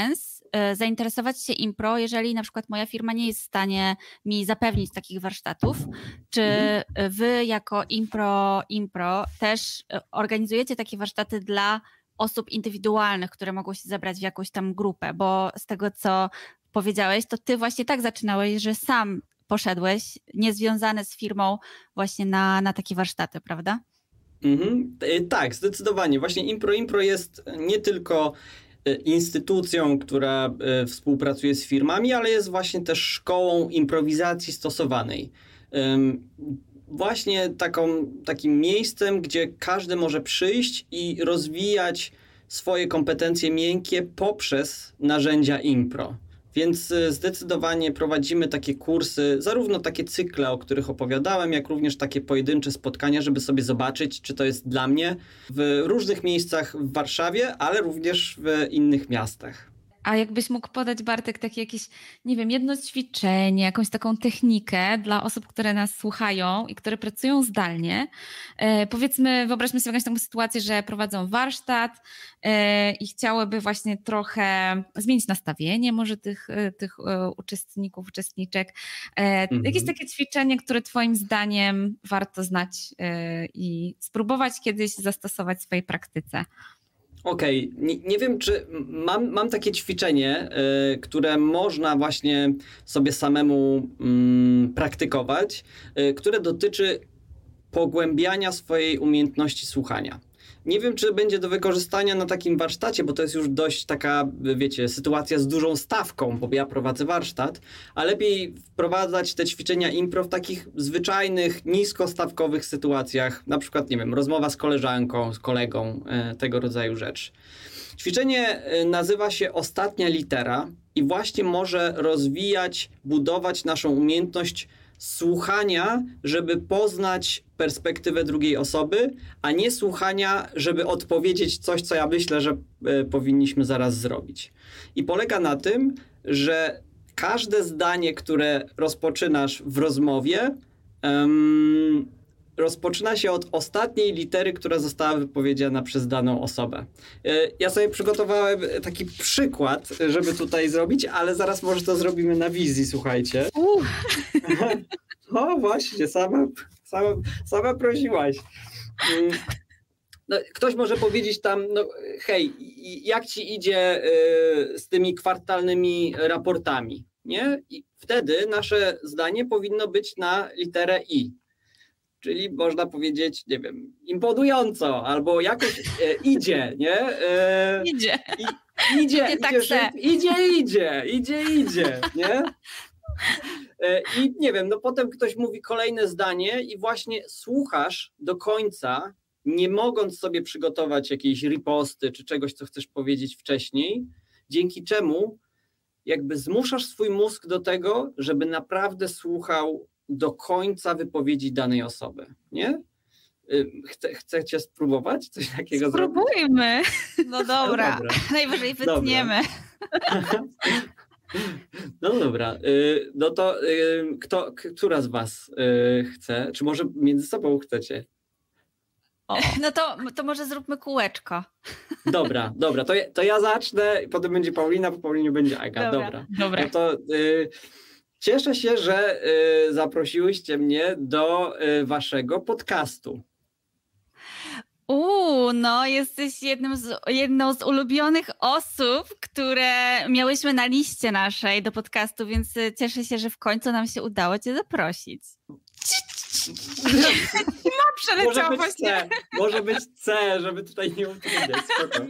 zainteresować się impro, jeżeli na przykład moja firma nie jest w stanie mi zapewnić takich warsztatów? Czy wy jako impro, impro też organizujecie takie warsztaty dla osób indywidualnych, które mogą się zebrać w jakąś tam grupę? Bo z tego, co powiedziałeś, to ty właśnie tak zaczynałeś, że sam poszedłeś, niezwiązany z firmą, właśnie na, na takie warsztaty, prawda? Mhm. Tak, zdecydowanie. Właśnie Impro Impro jest nie tylko instytucją, która współpracuje z firmami, ale jest właśnie też szkołą improwizacji stosowanej. Właśnie taką, takim miejscem, gdzie każdy może przyjść i rozwijać swoje kompetencje miękkie poprzez narzędzia impro. Więc zdecydowanie prowadzimy takie kursy, zarówno takie cykle, o których opowiadałem, jak również takie pojedyncze spotkania, żeby sobie zobaczyć, czy to jest dla mnie w różnych miejscach w Warszawie, ale również w innych miastach. A jakbyś mógł podać, Bartek, takie jakieś, nie wiem, jedno ćwiczenie, jakąś taką technikę dla osób, które nas słuchają i które pracują zdalnie. E, powiedzmy, wyobraźmy sobie jakąś taką sytuację, że prowadzą warsztat e, i chciałyby właśnie trochę zmienić nastawienie może tych, tych e, uczestników, uczestniczek. E, mhm. Jakieś takie ćwiczenie, które twoim zdaniem warto znać e, i spróbować kiedyś zastosować w swojej praktyce? Okej, okay. nie, nie wiem, czy mam, mam takie ćwiczenie, y, które można właśnie sobie samemu y, praktykować, y, które dotyczy pogłębiania swojej umiejętności słuchania. Nie wiem, czy będzie do wykorzystania na takim warsztacie, bo to jest już dość taka, wiecie, sytuacja z dużą stawką, bo ja prowadzę warsztat, a lepiej wprowadzać te ćwiczenia impro w takich zwyczajnych, niskostawkowych sytuacjach, na przykład, nie wiem, rozmowa z koleżanką, z kolegą, tego rodzaju rzecz. Ćwiczenie nazywa się Ostatnia litera i właśnie może rozwijać, budować naszą umiejętność słuchania, żeby poznać perspektywę drugiej osoby, a nie słuchania, żeby odpowiedzieć coś, co ja myślę, że y, powinniśmy zaraz zrobić. I polega na tym, że każde zdanie, które rozpoczynasz w rozmowie, um, rozpoczyna się od ostatniej litery, która została wypowiedziana przez daną osobę. Y, ja sobie przygotowałem taki przykład, żeby tutaj zrobić, ale zaraz może to zrobimy na wizji, słuchajcie. Uh. O właśnie, sama, sama, sama prosiłaś. No, ktoś może powiedzieć tam, no hej, jak ci idzie y, z tymi kwartalnymi raportami, nie? I wtedy nasze zdanie powinno być na literę I. Czyli można powiedzieć, nie wiem, imponująco, albo jakoś e, idzie, nie? E, idzie. I, idzie, idzie, tak idzie, idzie, idzie, idzie, idzie, nie? I nie wiem, no potem ktoś mówi kolejne zdanie i właśnie słuchasz do końca, nie mogąc sobie przygotować jakiejś riposty czy czegoś, co chcesz powiedzieć wcześniej, dzięki czemu jakby zmuszasz swój mózg do tego, żeby naprawdę słuchał do końca wypowiedzi danej osoby, nie? Chce, chcecie spróbować coś takiego Spróbujmy. zrobić? No dobra, no dobra. Najwyżej wytniemy. Dobra. No dobra, no to kto, która z was chce? Czy może między sobą chcecie? O. No to, to może zróbmy kółeczko. Dobra, dobra, to ja, to ja zacznę, potem będzie Paulina, po Paulinie będzie Aga. Dobra, dobra. dobra. No to y, cieszę się, że y, zaprosiłyście mnie do y, waszego podcastu. Uuu, no jesteś jednym z, jedną z ulubionych osób, które miałyśmy na liście naszej do podcastu, więc cieszę się, że w końcu nam się udało cię zaprosić. No, przeleciało właśnie. C, może być C, żeby tutaj nie utrudniać.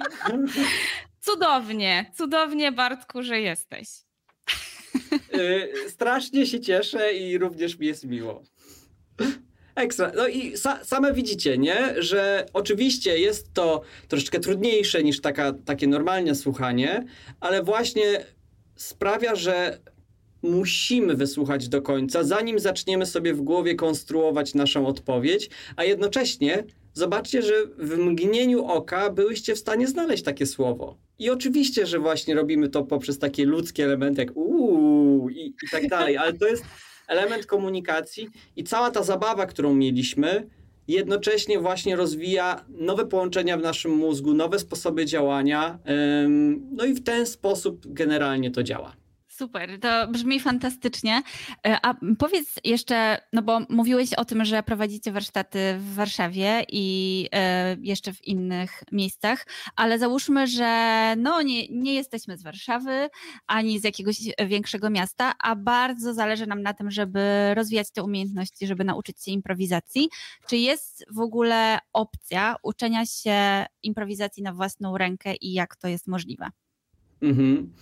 Cudownie, cudownie, Bartku, że jesteś. Yy, strasznie się cieszę i również mi jest miło. Ekstra. No i sa, same widzicie, nie? Że oczywiście jest to troszeczkę trudniejsze niż taka, takie normalne słuchanie, ale właśnie sprawia, że musimy wysłuchać do końca, zanim zaczniemy sobie w głowie konstruować naszą odpowiedź, a jednocześnie zobaczcie, że w mgnieniu oka byłyście w stanie znaleźć takie słowo. I oczywiście, że właśnie robimy to poprzez takie ludzkie elementy jak uuu i, i tak dalej, ale to jest element komunikacji i cała ta zabawa, którą mieliśmy, jednocześnie właśnie rozwija nowe połączenia w naszym mózgu, nowe sposoby działania, no i w ten sposób generalnie to działa. Super, to brzmi fantastycznie. A powiedz jeszcze, no bo mówiłeś o tym, że prowadzicie warsztaty w Warszawie i jeszcze w innych miejscach, ale załóżmy, że no nie, nie jesteśmy z Warszawy ani z jakiegoś większego miasta, a bardzo zależy nam na tym, żeby rozwijać te umiejętności, żeby nauczyć się improwizacji. Czy jest w ogóle opcja uczenia się improwizacji na własną rękę i jak to jest możliwe? Mhm.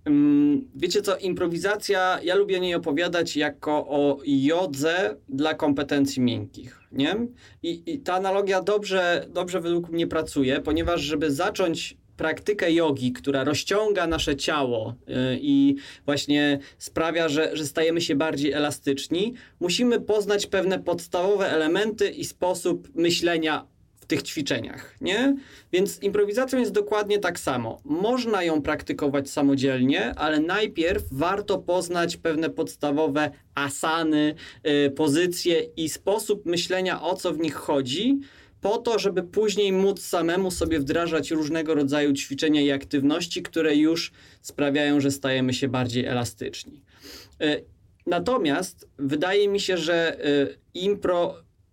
Wiecie co, improwizacja, ja lubię o niej opowiadać jako o jodze dla kompetencji miękkich, nie? I, i ta analogia dobrze, dobrze według mnie pracuje, ponieważ żeby zacząć praktykę jogi, która rozciąga nasze ciało yy, i właśnie sprawia, że, że stajemy się bardziej elastyczni, musimy poznać pewne podstawowe elementy i sposób myślenia w tych ćwiczeniach, nie? Więc improwizacją jest dokładnie tak samo. Można ją praktykować samodzielnie, ale najpierw warto poznać pewne podstawowe asany, yy, pozycje i sposób myślenia, o co w nich chodzi, po to, żeby później móc samemu sobie wdrażać różnego rodzaju ćwiczenia i aktywności, które już sprawiają, że stajemy się bardziej elastyczni. Yy, natomiast wydaje mi się, że yy, impro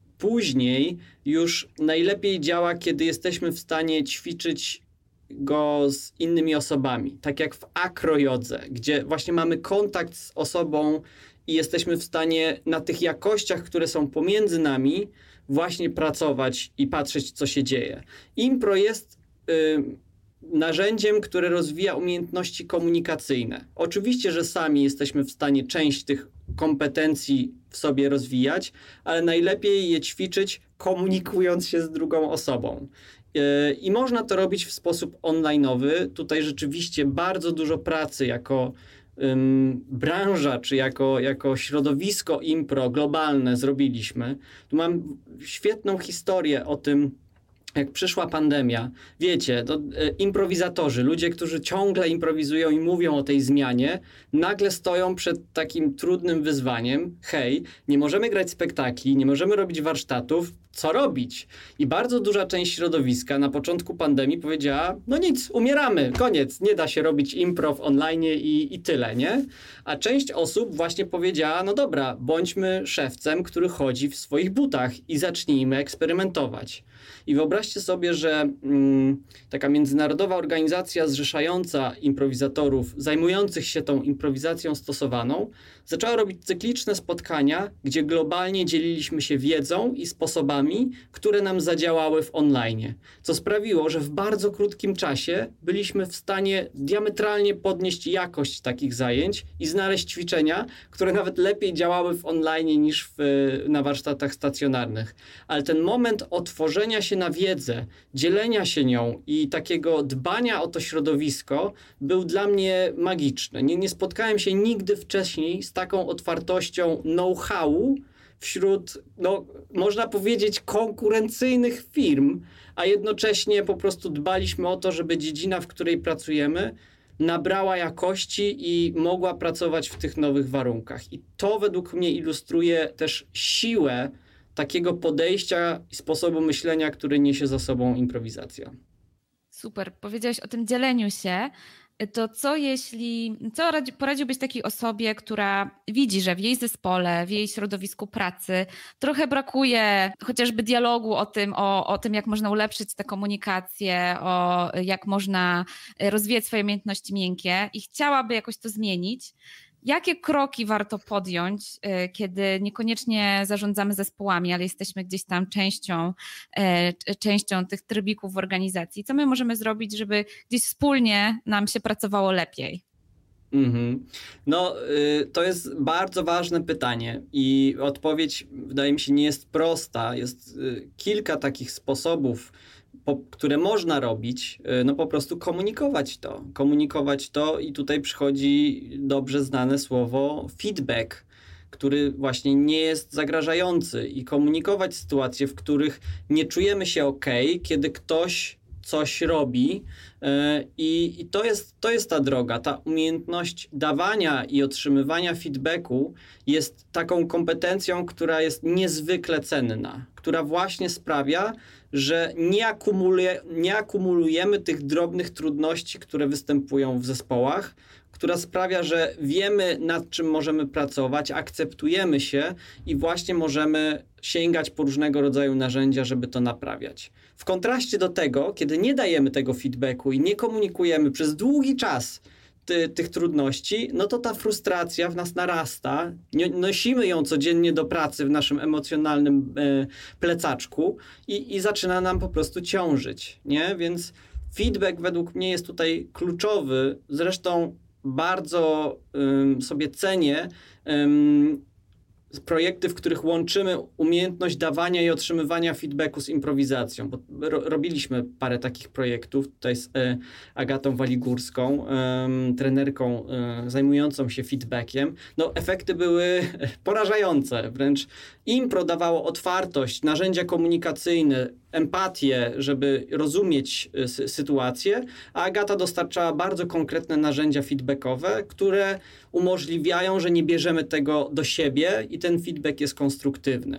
później już najlepiej działa, kiedy jesteśmy w stanie ćwiczyć go z innymi osobami. Tak jak w akrojodze, gdzie właśnie mamy kontakt z osobą i jesteśmy w stanie na tych jakościach, które są pomiędzy nami, właśnie pracować i patrzeć, co się dzieje. Impro jest y, narzędziem, które rozwija umiejętności komunikacyjne. Oczywiście, że sami jesteśmy w stanie część tych kompetencji w sobie rozwijać, ale najlepiej je ćwiczyć komunikując się z drugą osobą. I można to robić w sposób online'owy. Tutaj rzeczywiście bardzo dużo pracy jako um, branża, czy jako, jako środowisko impro globalne zrobiliśmy. Tu mam świetną historię o tym, jak przyszła pandemia. Wiecie, to, e, improwizatorzy, ludzie, którzy ciągle improwizują i mówią o tej zmianie, nagle stoją przed takim trudnym wyzwaniem. Hej, nie możemy grać spektakli, nie możemy robić warsztatów, co robić? I bardzo duża część środowiska na początku pandemii powiedziała, no nic, umieramy, koniec, nie da się robić impro w online i, i tyle, nie? A część osób właśnie powiedziała, no dobra, bądźmy szewcem, który chodzi w swoich butach i zacznijmy eksperymentować. I wyobraźcie sobie, że mm, taka międzynarodowa organizacja zrzeszająca improwizatorów zajmujących się tą improwizacją stosowaną zaczęła robić cykliczne spotkania, gdzie globalnie dzieliliśmy się wiedzą i sposobami, które nam zadziałały w online. Co sprawiło, że w bardzo krótkim czasie byliśmy w stanie diametralnie podnieść jakość takich zajęć i znaleźć ćwiczenia, które nawet lepiej działały w online niż w, na warsztatach stacjonarnych. Ale ten moment otworzenia się na wiedzę, dzielenia się nią i takiego dbania o to środowisko był dla mnie magiczny. Nie, nie spotkałem się nigdy wcześniej z taką otwartością know-howu wśród, no, można powiedzieć, konkurencyjnych firm, a jednocześnie po prostu dbaliśmy o to, żeby dziedzina, w której pracujemy, nabrała jakości i mogła pracować w tych nowych warunkach. I to według mnie ilustruje też siłę takiego podejścia i sposobu myślenia, który niesie za sobą improwizacja. Super, powiedziałeś o tym dzieleniu się. To co jeśli, co poradziłbyś takiej osobie, która widzi, że w jej zespole, w jej środowisku pracy trochę brakuje chociażby dialogu o tym, o, o tym, jak można ulepszyć tę komunikację, o jak można rozwijać swoje umiejętności miękkie i chciałaby jakoś to zmienić. Jakie kroki warto podjąć, kiedy niekoniecznie zarządzamy zespołami, ale jesteśmy gdzieś tam częścią, częścią tych trybików w organizacji? Co my możemy zrobić, żeby gdzieś wspólnie nam się pracowało lepiej? Mm-hmm. No, y, to jest bardzo ważne pytanie i odpowiedź, wydaje mi się, nie jest prosta. Jest y, kilka takich sposobów, po, które można robić, no po prostu komunikować to. Komunikować to i tutaj przychodzi dobrze znane słowo feedback, który właśnie nie jest zagrażający i komunikować sytuacje, w których nie czujemy się ok, kiedy ktoś coś robi i, i to jest, to jest ta droga. Ta umiejętność dawania i otrzymywania feedbacku jest taką kompetencją, która jest niezwykle cenna, która właśnie sprawia, że nie, akumuluje, nie akumulujemy tych drobnych trudności, które występują w zespołach, która sprawia, że wiemy, nad czym możemy pracować, akceptujemy się i właśnie możemy sięgać po różnego rodzaju narzędzia, żeby to naprawiać. W kontraście do tego, kiedy nie dajemy tego feedbacku i nie komunikujemy przez długi czas ty, tych trudności, no to ta frustracja w nas narasta. Nie, nosimy ją codziennie do pracy w naszym emocjonalnym e, plecaczku i, i zaczyna nam po prostu ciążyć, nie? Więc feedback według mnie jest tutaj kluczowy. Zresztą bardzo um, sobie cenię um, projekty, w których łączymy umiejętność dawania i otrzymywania feedbacku z improwizacją. Bo ro, robiliśmy parę takich projektów tutaj z e, Agatą Waligórską, e, trenerką e, zajmującą się feedbackiem. No, efekty były porażające. Wręcz impro dawało otwartość, narzędzia komunikacyjne, empatię, żeby rozumieć sy- sytuację, a Agata dostarczała bardzo konkretne narzędzia feedbackowe, które umożliwiają, że nie bierzemy tego do siebie i ten feedback jest konstruktywny.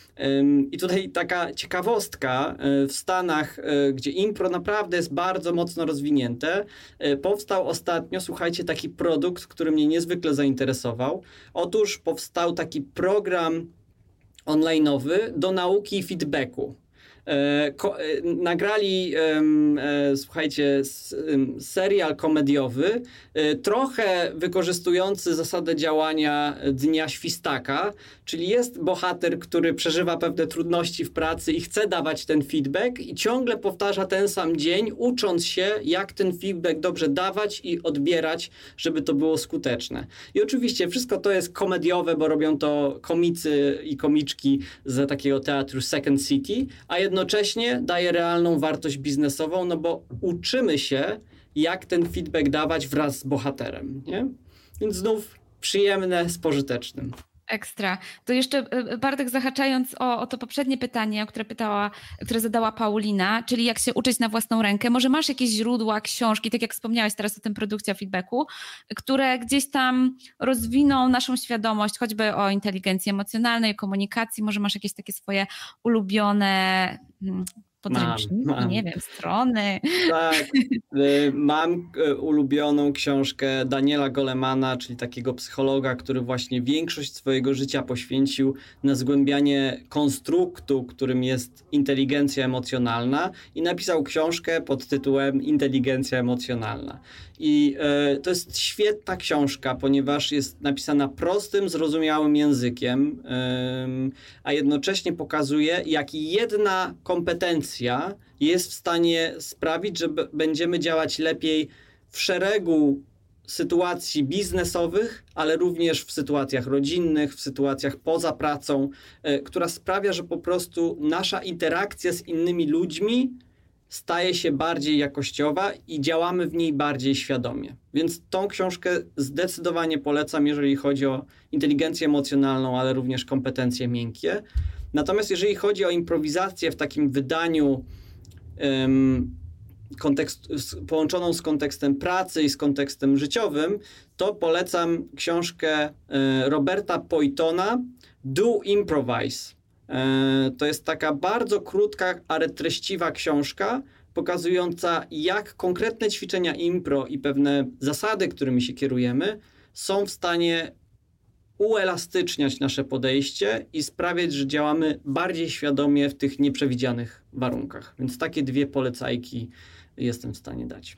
I tutaj taka ciekawostka, w Stanach, gdzie impro naprawdę jest bardzo mocno rozwinięte, powstał ostatnio, słuchajcie, taki produkt, który mnie niezwykle zainteresował. Otóż powstał taki program online'owy do nauki feedbacku. E, ko, e, nagrali, e, e, słuchajcie, s, e, serial komediowy, e, trochę wykorzystujący zasadę działania Dnia Świstaka, czyli jest bohater, który przeżywa pewne trudności w pracy i chce dawać ten feedback i ciągle powtarza ten sam dzień, ucząc się, jak ten feedback dobrze dawać i odbierać, żeby to było skuteczne. I oczywiście wszystko to jest komediowe, bo robią to komicy i komiczki z takiego teatru Second City, a jednocześnie daje realną wartość biznesową, no bo uczymy się, jak ten feedback dawać wraz z bohaterem, nie? Więc znów przyjemne z pożytecznym. Ekstra. To jeszcze Bartek, zahaczając o, o to poprzednie pytanie, o które pytała, które zadała Paulina, czyli jak się uczyć na własną rękę, może masz jakieś źródła, książki, tak jak wspomniałeś teraz o tym produkcie, o feedbacku, które gdzieś tam rozwiną naszą świadomość, choćby o inteligencji emocjonalnej, komunikacji, może masz jakieś takie swoje ulubione podręczniki, mam, mam. nie wiem, strony. Tak, mam ulubioną książkę Daniela Golemana, czyli takiego psychologa, który właśnie większość swojego życia poświęcił na zgłębianie konstruktu, którym jest inteligencja emocjonalna i napisał książkę pod tytułem Inteligencja emocjonalna. I y, to jest świetna książka, ponieważ jest napisana prostym, zrozumiałym językiem, y, a jednocześnie pokazuje, jak jedna kompetencja jest w stanie sprawić, że b- będziemy działać lepiej w szeregu sytuacji biznesowych, ale również w sytuacjach rodzinnych, w sytuacjach poza pracą, y, która sprawia, że po prostu nasza interakcja z innymi ludźmi staje się bardziej jakościowa i działamy w niej bardziej świadomie. Więc tą książkę zdecydowanie polecam, jeżeli chodzi o inteligencję emocjonalną, ale również kompetencje miękkie. Natomiast jeżeli chodzi o improwizację w takim wydaniu um, kontekst, połączoną z kontekstem pracy i z kontekstem życiowym, to polecam książkę e, Roberta Poytona Do Improvise. To jest taka bardzo krótka, ale treściwa książka pokazująca, jak konkretne ćwiczenia impro i pewne zasady, którymi się kierujemy, są w stanie uelastyczniać nasze podejście i sprawiać, że działamy bardziej świadomie w tych nieprzewidzianych warunkach. Więc takie dwie polecajki jestem w stanie dać.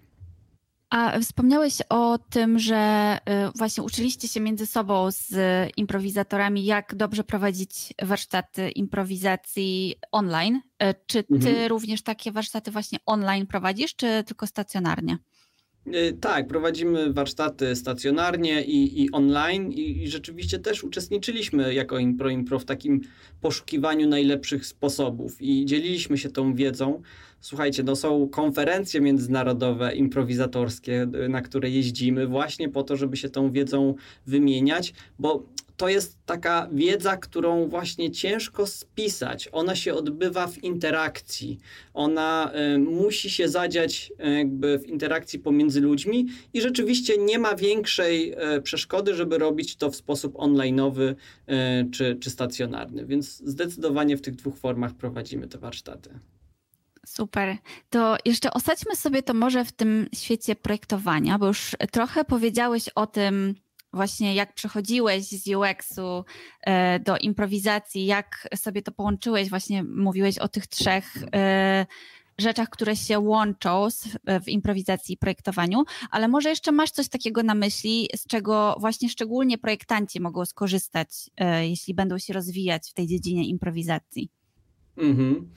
A wspomniałeś o tym, że właśnie uczyliście się między sobą z improwizatorami, jak dobrze prowadzić warsztaty improwizacji online. Czy ty mhm. również takie warsztaty właśnie online prowadzisz, czy tylko stacjonarnie? Tak, prowadzimy warsztaty stacjonarnie i, i online i, i rzeczywiście też uczestniczyliśmy jako Impro Impro w takim poszukiwaniu najlepszych sposobów i dzieliliśmy się tą wiedzą. słuchajcie, no są konferencje międzynarodowe, improwizatorskie, na które jeździmy właśnie po to, żeby się tą wiedzą wymieniać, bo to jest taka wiedza, którą właśnie ciężko spisać. Ona się odbywa w interakcji. Ona y, musi się zadziać y, jakby w interakcji pomiędzy ludźmi i rzeczywiście nie ma większej y, przeszkody, żeby robić to w sposób online'owy y, czy, czy stacjonarny. Więc zdecydowanie w tych dwóch formach prowadzimy te warsztaty. Super. To jeszcze osadźmy sobie to może w tym świecie projektowania, bo już trochę powiedziałeś o tym, właśnie jak przechodziłeś z U X-u do improwizacji, jak sobie to połączyłeś, właśnie mówiłeś o tych trzech rzeczach, które się łączą w improwizacji i projektowaniu, ale może jeszcze masz coś takiego na myśli, z czego właśnie szczególnie projektanci mogą skorzystać, jeśli będą się rozwijać w tej dziedzinie improwizacji? Mhm.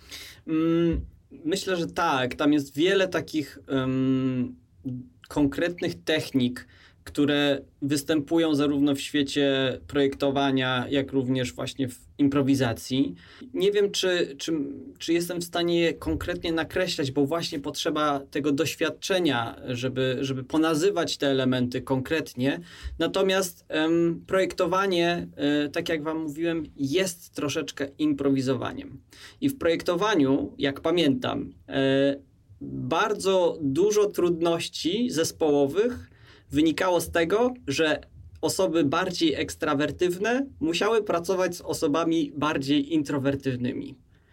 Myślę, że tak. Tam jest wiele takich um, konkretnych technik, które występują zarówno w świecie projektowania, jak również właśnie w improwizacji. Nie wiem, czy, czy, czy jestem w stanie je konkretnie nakreślać, bo właśnie potrzeba tego doświadczenia, żeby, żeby ponazywać te elementy konkretnie. Natomiast em, projektowanie, e, tak jak wam mówiłem, jest troszeczkę improwizowaniem. I w projektowaniu, jak pamiętam, e, bardzo dużo trudności zespołowych wynikało z tego, że osoby bardziej ekstrawertywne musiały pracować z osobami bardziej introwertywnymi.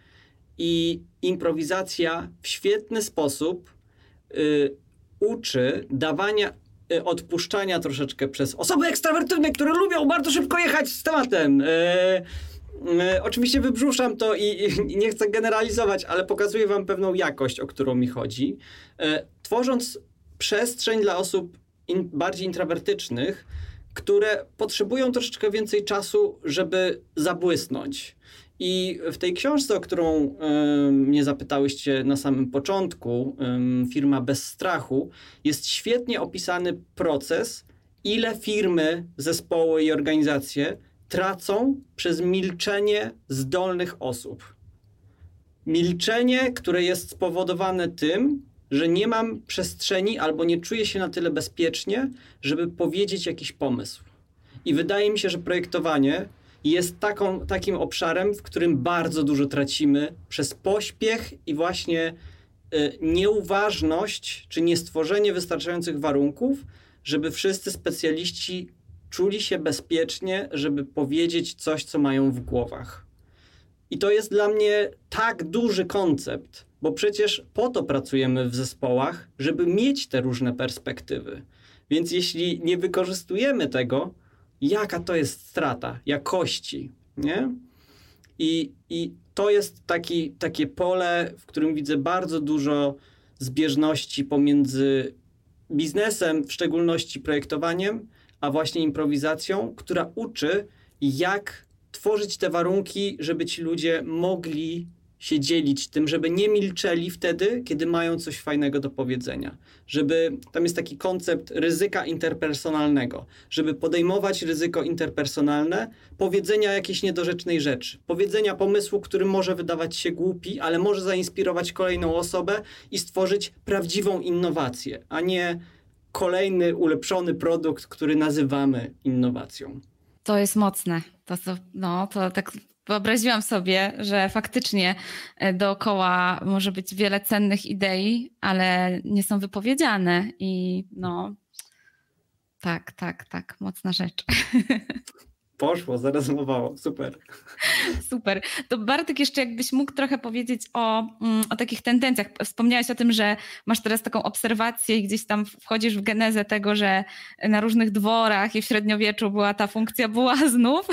I improwizacja w świetny sposób y, uczy dawania, y, odpuszczania troszeczkę przez osoby ekstrawertywne, które lubią bardzo szybko jechać z tematem. Y, y, oczywiście wybrzuszam to i, i nie chcę generalizować, ale pokazuję wam pewną jakość, o którą mi chodzi. Y, tworząc przestrzeń dla osób In, bardziej introwertycznych, które potrzebują troszeczkę więcej czasu, żeby zabłysnąć. I w tej książce, o którą y, mnie zapytałyście na samym początku, y, Firma bez strachu, jest świetnie opisany proces, ile firmy, zespoły i organizacje tracą przez milczenie zdolnych osób. Milczenie, które jest spowodowane tym, że nie mam przestrzeni albo nie czuję się na tyle bezpiecznie, żeby powiedzieć jakiś pomysł. I wydaje mi się, że projektowanie jest taką, takim obszarem, w którym bardzo dużo tracimy przez pośpiech i właśnie y, nieuważność, czy niestworzenie wystarczających warunków, żeby wszyscy specjaliści czuli się bezpiecznie, żeby powiedzieć coś, co mają w głowach. I to jest dla mnie tak duży koncept, bo przecież po to pracujemy w zespołach, żeby mieć te różne perspektywy. Więc jeśli nie wykorzystujemy tego, jaka to jest strata jakości, nie? I, i to jest taki, takie pole, w którym widzę bardzo dużo zbieżności pomiędzy biznesem, w szczególności projektowaniem, a właśnie improwizacją, która uczy, jak tworzyć te warunki, żeby ci ludzie mogli się dzielić tym, żeby nie milczeli wtedy, kiedy mają coś fajnego do powiedzenia. Żeby, tam jest taki koncept ryzyka interpersonalnego, żeby podejmować ryzyko interpersonalne, powiedzenia jakiejś niedorzecznej rzeczy, powiedzenia pomysłu, który może wydawać się głupi, ale może zainspirować kolejną osobę i stworzyć prawdziwą innowację, a nie kolejny ulepszony produkt, który nazywamy innowacją. To jest mocne. To, to, no, to tak wyobraziłam sobie, że faktycznie dookoła może być wiele cennych idei, ale nie są wypowiedziane i no tak, tak, tak, mocna rzecz. Poszło, zarezonowało, super. Super. To Bartek, jeszcze jakbyś mógł trochę powiedzieć o, o takich tendencjach. Wspomniałeś o tym, że masz teraz taką obserwację i gdzieś tam wchodzisz w genezę tego, że na różnych dworach i w średniowieczu była ta funkcja błaznów.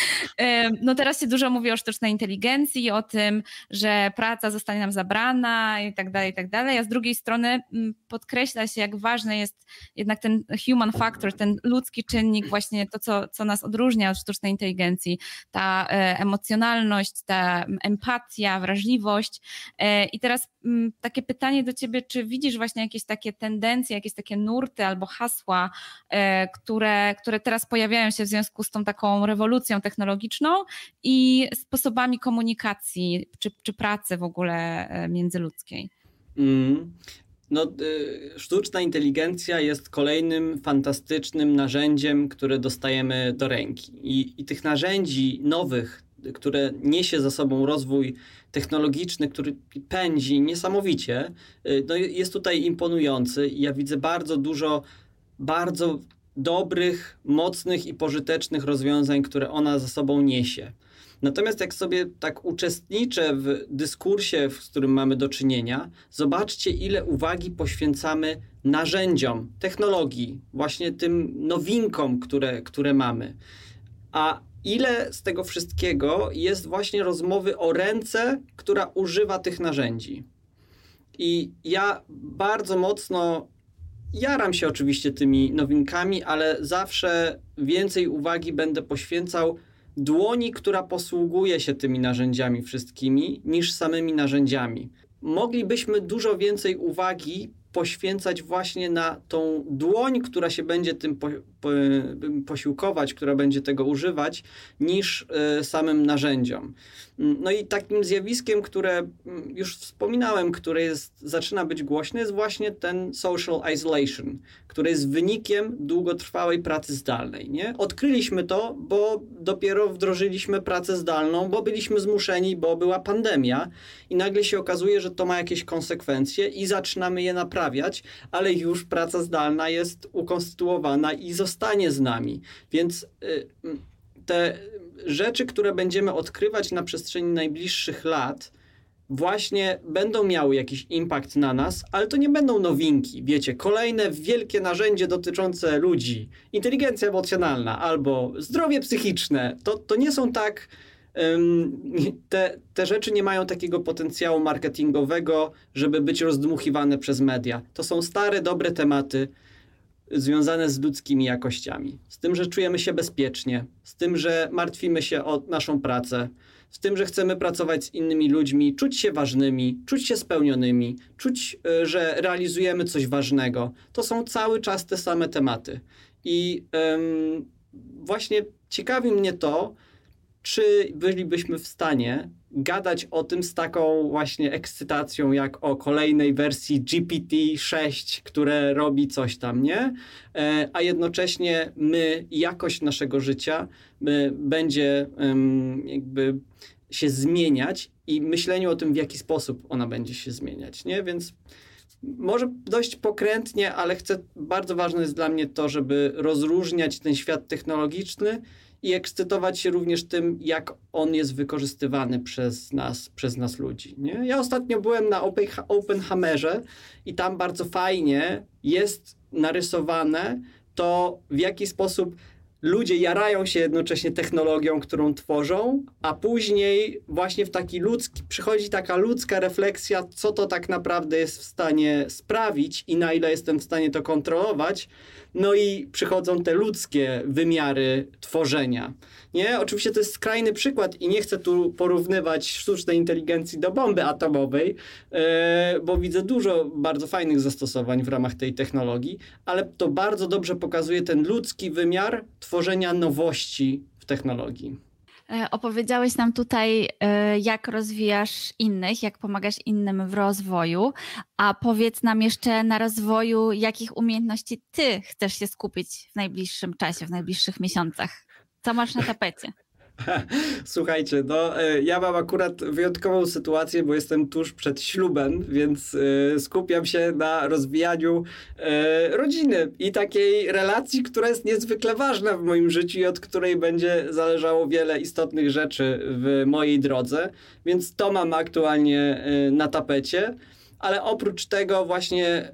No teraz się dużo mówi o sztucznej inteligencji, o tym, że praca zostanie nam zabrana i tak dalej, i tak dalej, a z drugiej strony podkreśla się, jak ważny jest jednak ten human factor, ten ludzki czynnik, właśnie to, co, co nas odróżnia od sztucznej inteligencji, ta e, emocjonalność, ta empatia, wrażliwość. E, I teraz m, takie pytanie do ciebie, czy widzisz właśnie jakieś takie tendencje, jakieś takie nurty albo hasła, e, które, które teraz pojawiają się w związku z tą taką rewolucją technologiczną i sposobami komunikacji czy, czy pracy w ogóle międzyludzkiej? Mm. No, y, sztuczna inteligencja jest kolejnym fantastycznym narzędziem, które dostajemy do ręki. I, i tych narzędzi nowych, które niesie za sobą rozwój technologiczny, który pędzi niesamowicie, y, no, jest tutaj imponujący. I ja widzę bardzo dużo bardzo dobrych, mocnych i pożytecznych rozwiązań, które ona za sobą niesie. Natomiast jak sobie tak uczestniczę w dyskursie, z którym mamy do czynienia, zobaczcie, ile uwagi poświęcamy narzędziom, technologii, właśnie tym nowinkom, które, które mamy. A ile z tego wszystkiego jest właśnie rozmowy o ręce, która używa tych narzędzi. I ja bardzo mocno jaram się oczywiście tymi nowinkami, ale zawsze więcej uwagi będę poświęcał dłoni, która posługuje się tymi narzędziami wszystkimi, niż samymi narzędziami. Moglibyśmy dużo więcej uwagi poświęcać właśnie na tą dłoń, która się będzie tym po, po, posiłkować, która będzie tego używać, niż y, samym narzędziom. No i takim zjawiskiem, które już wspominałem, które jest, zaczyna być głośne, jest właśnie ten social isolation, który jest wynikiem długotrwałej pracy zdalnej. Nie? Odkryliśmy to, bo dopiero wdrożyliśmy pracę zdalną, bo byliśmy zmuszeni, bo była pandemia i nagle się okazuje, że to ma jakieś konsekwencje i zaczynamy je naprawiać, ale już praca zdalna jest ukonstytuowana i zostanie z nami. Więc y, te rzeczy, które będziemy odkrywać na przestrzeni najbliższych lat, właśnie będą miały jakiś impact na nas, ale to nie będą nowinki. Wiecie, kolejne wielkie narzędzie dotyczące ludzi, inteligencja emocjonalna albo zdrowie psychiczne, to, to nie są tak... Um, te, te rzeczy nie mają takiego potencjału marketingowego, żeby być rozdmuchiwane przez media. To są stare, dobre tematy związane z ludzkimi jakościami. Z tym, że czujemy się bezpiecznie, z tym, że martwimy się o naszą pracę, z tym, że chcemy pracować z innymi ludźmi, czuć się ważnymi, czuć się spełnionymi, czuć, że realizujemy coś ważnego. To są cały czas te same tematy. I um, właśnie ciekawi mnie to, czy bylibyśmy w stanie gadać o tym z taką właśnie ekscytacją, jak o kolejnej wersji G P T sześć, które robi coś tam, nie? E, a jednocześnie my, jakość naszego życia my, będzie um, jakby się zmieniać i myśleniu o tym, w jaki sposób ona będzie się zmieniać, nie? Więc może dość pokrętnie, ale chcę, bardzo ważne jest dla mnie to, żeby rozróżniać ten świat technologiczny i ekscytować się również tym, jak on jest wykorzystywany przez nas, przez nas ludzi. Nie? Ja ostatnio byłem na Openhammerze i tam bardzo fajnie jest narysowane to, w jaki sposób ludzie jarają się jednocześnie technologią, którą tworzą, a później właśnie w taki ludzki, przychodzi taka ludzka refleksja, co to tak naprawdę jest w stanie sprawić i na ile jestem w stanie to kontrolować. No i przychodzą te ludzkie wymiary tworzenia. Nie? Oczywiście to jest skrajny przykład i nie chcę tu porównywać sztucznej inteligencji do bomby atomowej, yy, bo widzę dużo bardzo fajnych zastosowań w ramach tej technologii, ale to bardzo dobrze pokazuje ten ludzki wymiar tworzenia nowości w technologii. Opowiedziałeś nam tutaj, jak rozwijasz innych, jak pomagasz innym w rozwoju, a powiedz nam jeszcze na rozwoju, jakich umiejętności ty chcesz się skupić w najbliższym czasie, w najbliższych miesiącach. Co masz na tapecie? Słuchajcie, no ja mam akurat wyjątkową sytuację, bo jestem tuż przed ślubem, więc y, skupiam się na rozwijaniu y, rodziny i takiej relacji, która jest niezwykle ważna w moim życiu i od której będzie zależało wiele istotnych rzeczy w mojej drodze, więc to mam aktualnie y, na tapecie, ale oprócz tego właśnie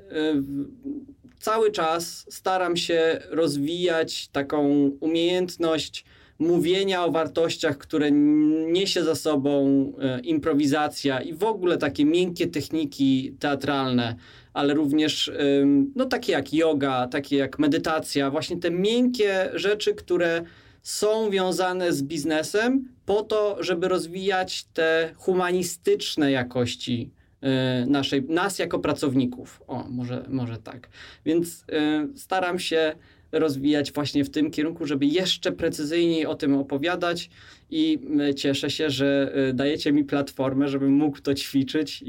y, cały czas staram się rozwijać taką umiejętność mówienia o wartościach, które niesie za sobą e, improwizacja i w ogóle takie miękkie techniki teatralne, ale również e, no, takie jak yoga, takie jak medytacja, właśnie te miękkie rzeczy, które są wiązane z biznesem po to, żeby rozwijać te humanistyczne jakości e, naszej, nas jako pracowników. O, może, może tak. Więc e, staram się rozwijać właśnie w tym kierunku, żeby jeszcze precyzyjniej o tym opowiadać i cieszę się, że dajecie mi platformę, żebym mógł to ćwiczyć i,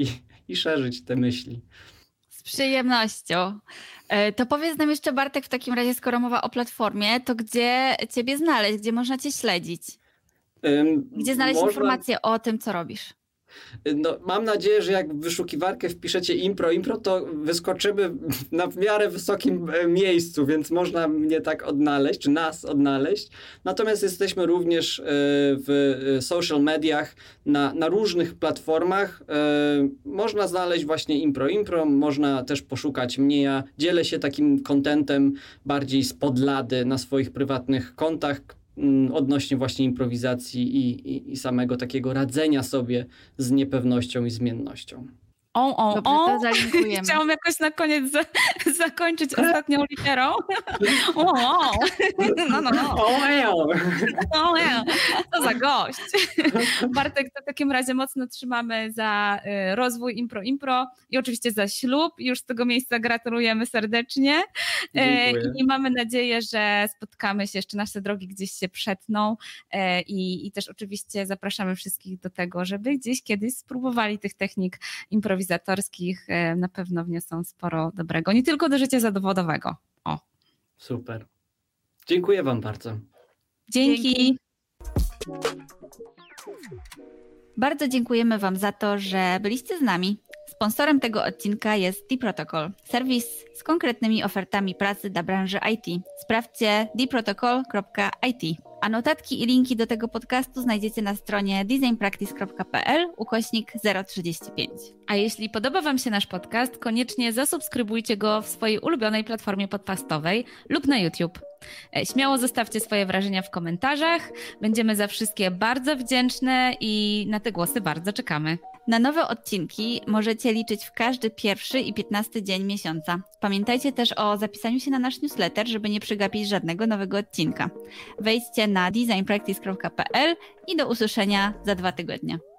i szerzyć te myśli. Z przyjemnością. To powiedz nam jeszcze, Bartek, w takim razie, skoro mowa o platformie, to gdzie ciebie znaleźć, gdzie można cię śledzić? Gdzie znaleźć można... informacje o tym, co robisz? No, mam nadzieję, że jak w wyszukiwarkę wpiszecie impro, impro, to wyskoczymy na w miarę wysokim miejscu, więc można mnie tak odnaleźć, czy nas odnaleźć. Natomiast jesteśmy również w social mediach, na, na różnych platformach. Można znaleźć właśnie impro, impro, można też poszukać mnie. Ja dzielę się takim contentem bardziej spod lady na swoich prywatnych kontach, odnośnie właśnie improwizacji i, i, i samego takiego radzenia sobie z niepewnością i zmiennością. O, o, Dobrze, o. to zalinkujemy. Chciałam jakoś na koniec za, zakończyć ostatnią literą. O, o. No, no, no. O, o. O, co za gość. Bartek, to w takim razie mocno trzymamy za rozwój Impro Impro i oczywiście za ślub. Już z tego miejsca gratulujemy serdecznie. Dziękuję. I mamy nadzieję, że spotkamy się, jeszcze nasze drogi gdzieś się przetną i, i też oczywiście zapraszamy wszystkich do tego, żeby gdzieś kiedyś spróbowali tych technik improwizacyjnych improwizatorskich, na pewno wniosą sporo dobrego, nie tylko do życia zawodowego. O. Super. Dziękuję wam bardzo. Dzięki. Dzięki. Bardzo dziękujemy wam za to, że byliście z nami. Sponsorem tego odcinka jest D-Protocol, serwis z konkretnymi ofertami pracy dla branży I T. Sprawdźcie d protocol kropka i t. A notatki i linki do tego podcastu znajdziecie na stronie design practice kropka p l ukośnik zero trzydzieści pięć. A jeśli podoba wam się nasz podcast, koniecznie zasubskrybujcie go w swojej ulubionej platformie podcastowej lub na YouTube. Śmiało zostawcie swoje wrażenia w komentarzach. Będziemy za wszystkie bardzo wdzięczne i na te głosy bardzo czekamy. Na nowe odcinki możecie liczyć w każdy pierwszy i piętnasty dzień miesiąca. Pamiętajcie też o zapisaniu się na nasz newsletter, żeby nie przegapić żadnego nowego odcinka. Wejdźcie na design practice kropka p l i do usłyszenia za dwa tygodnie.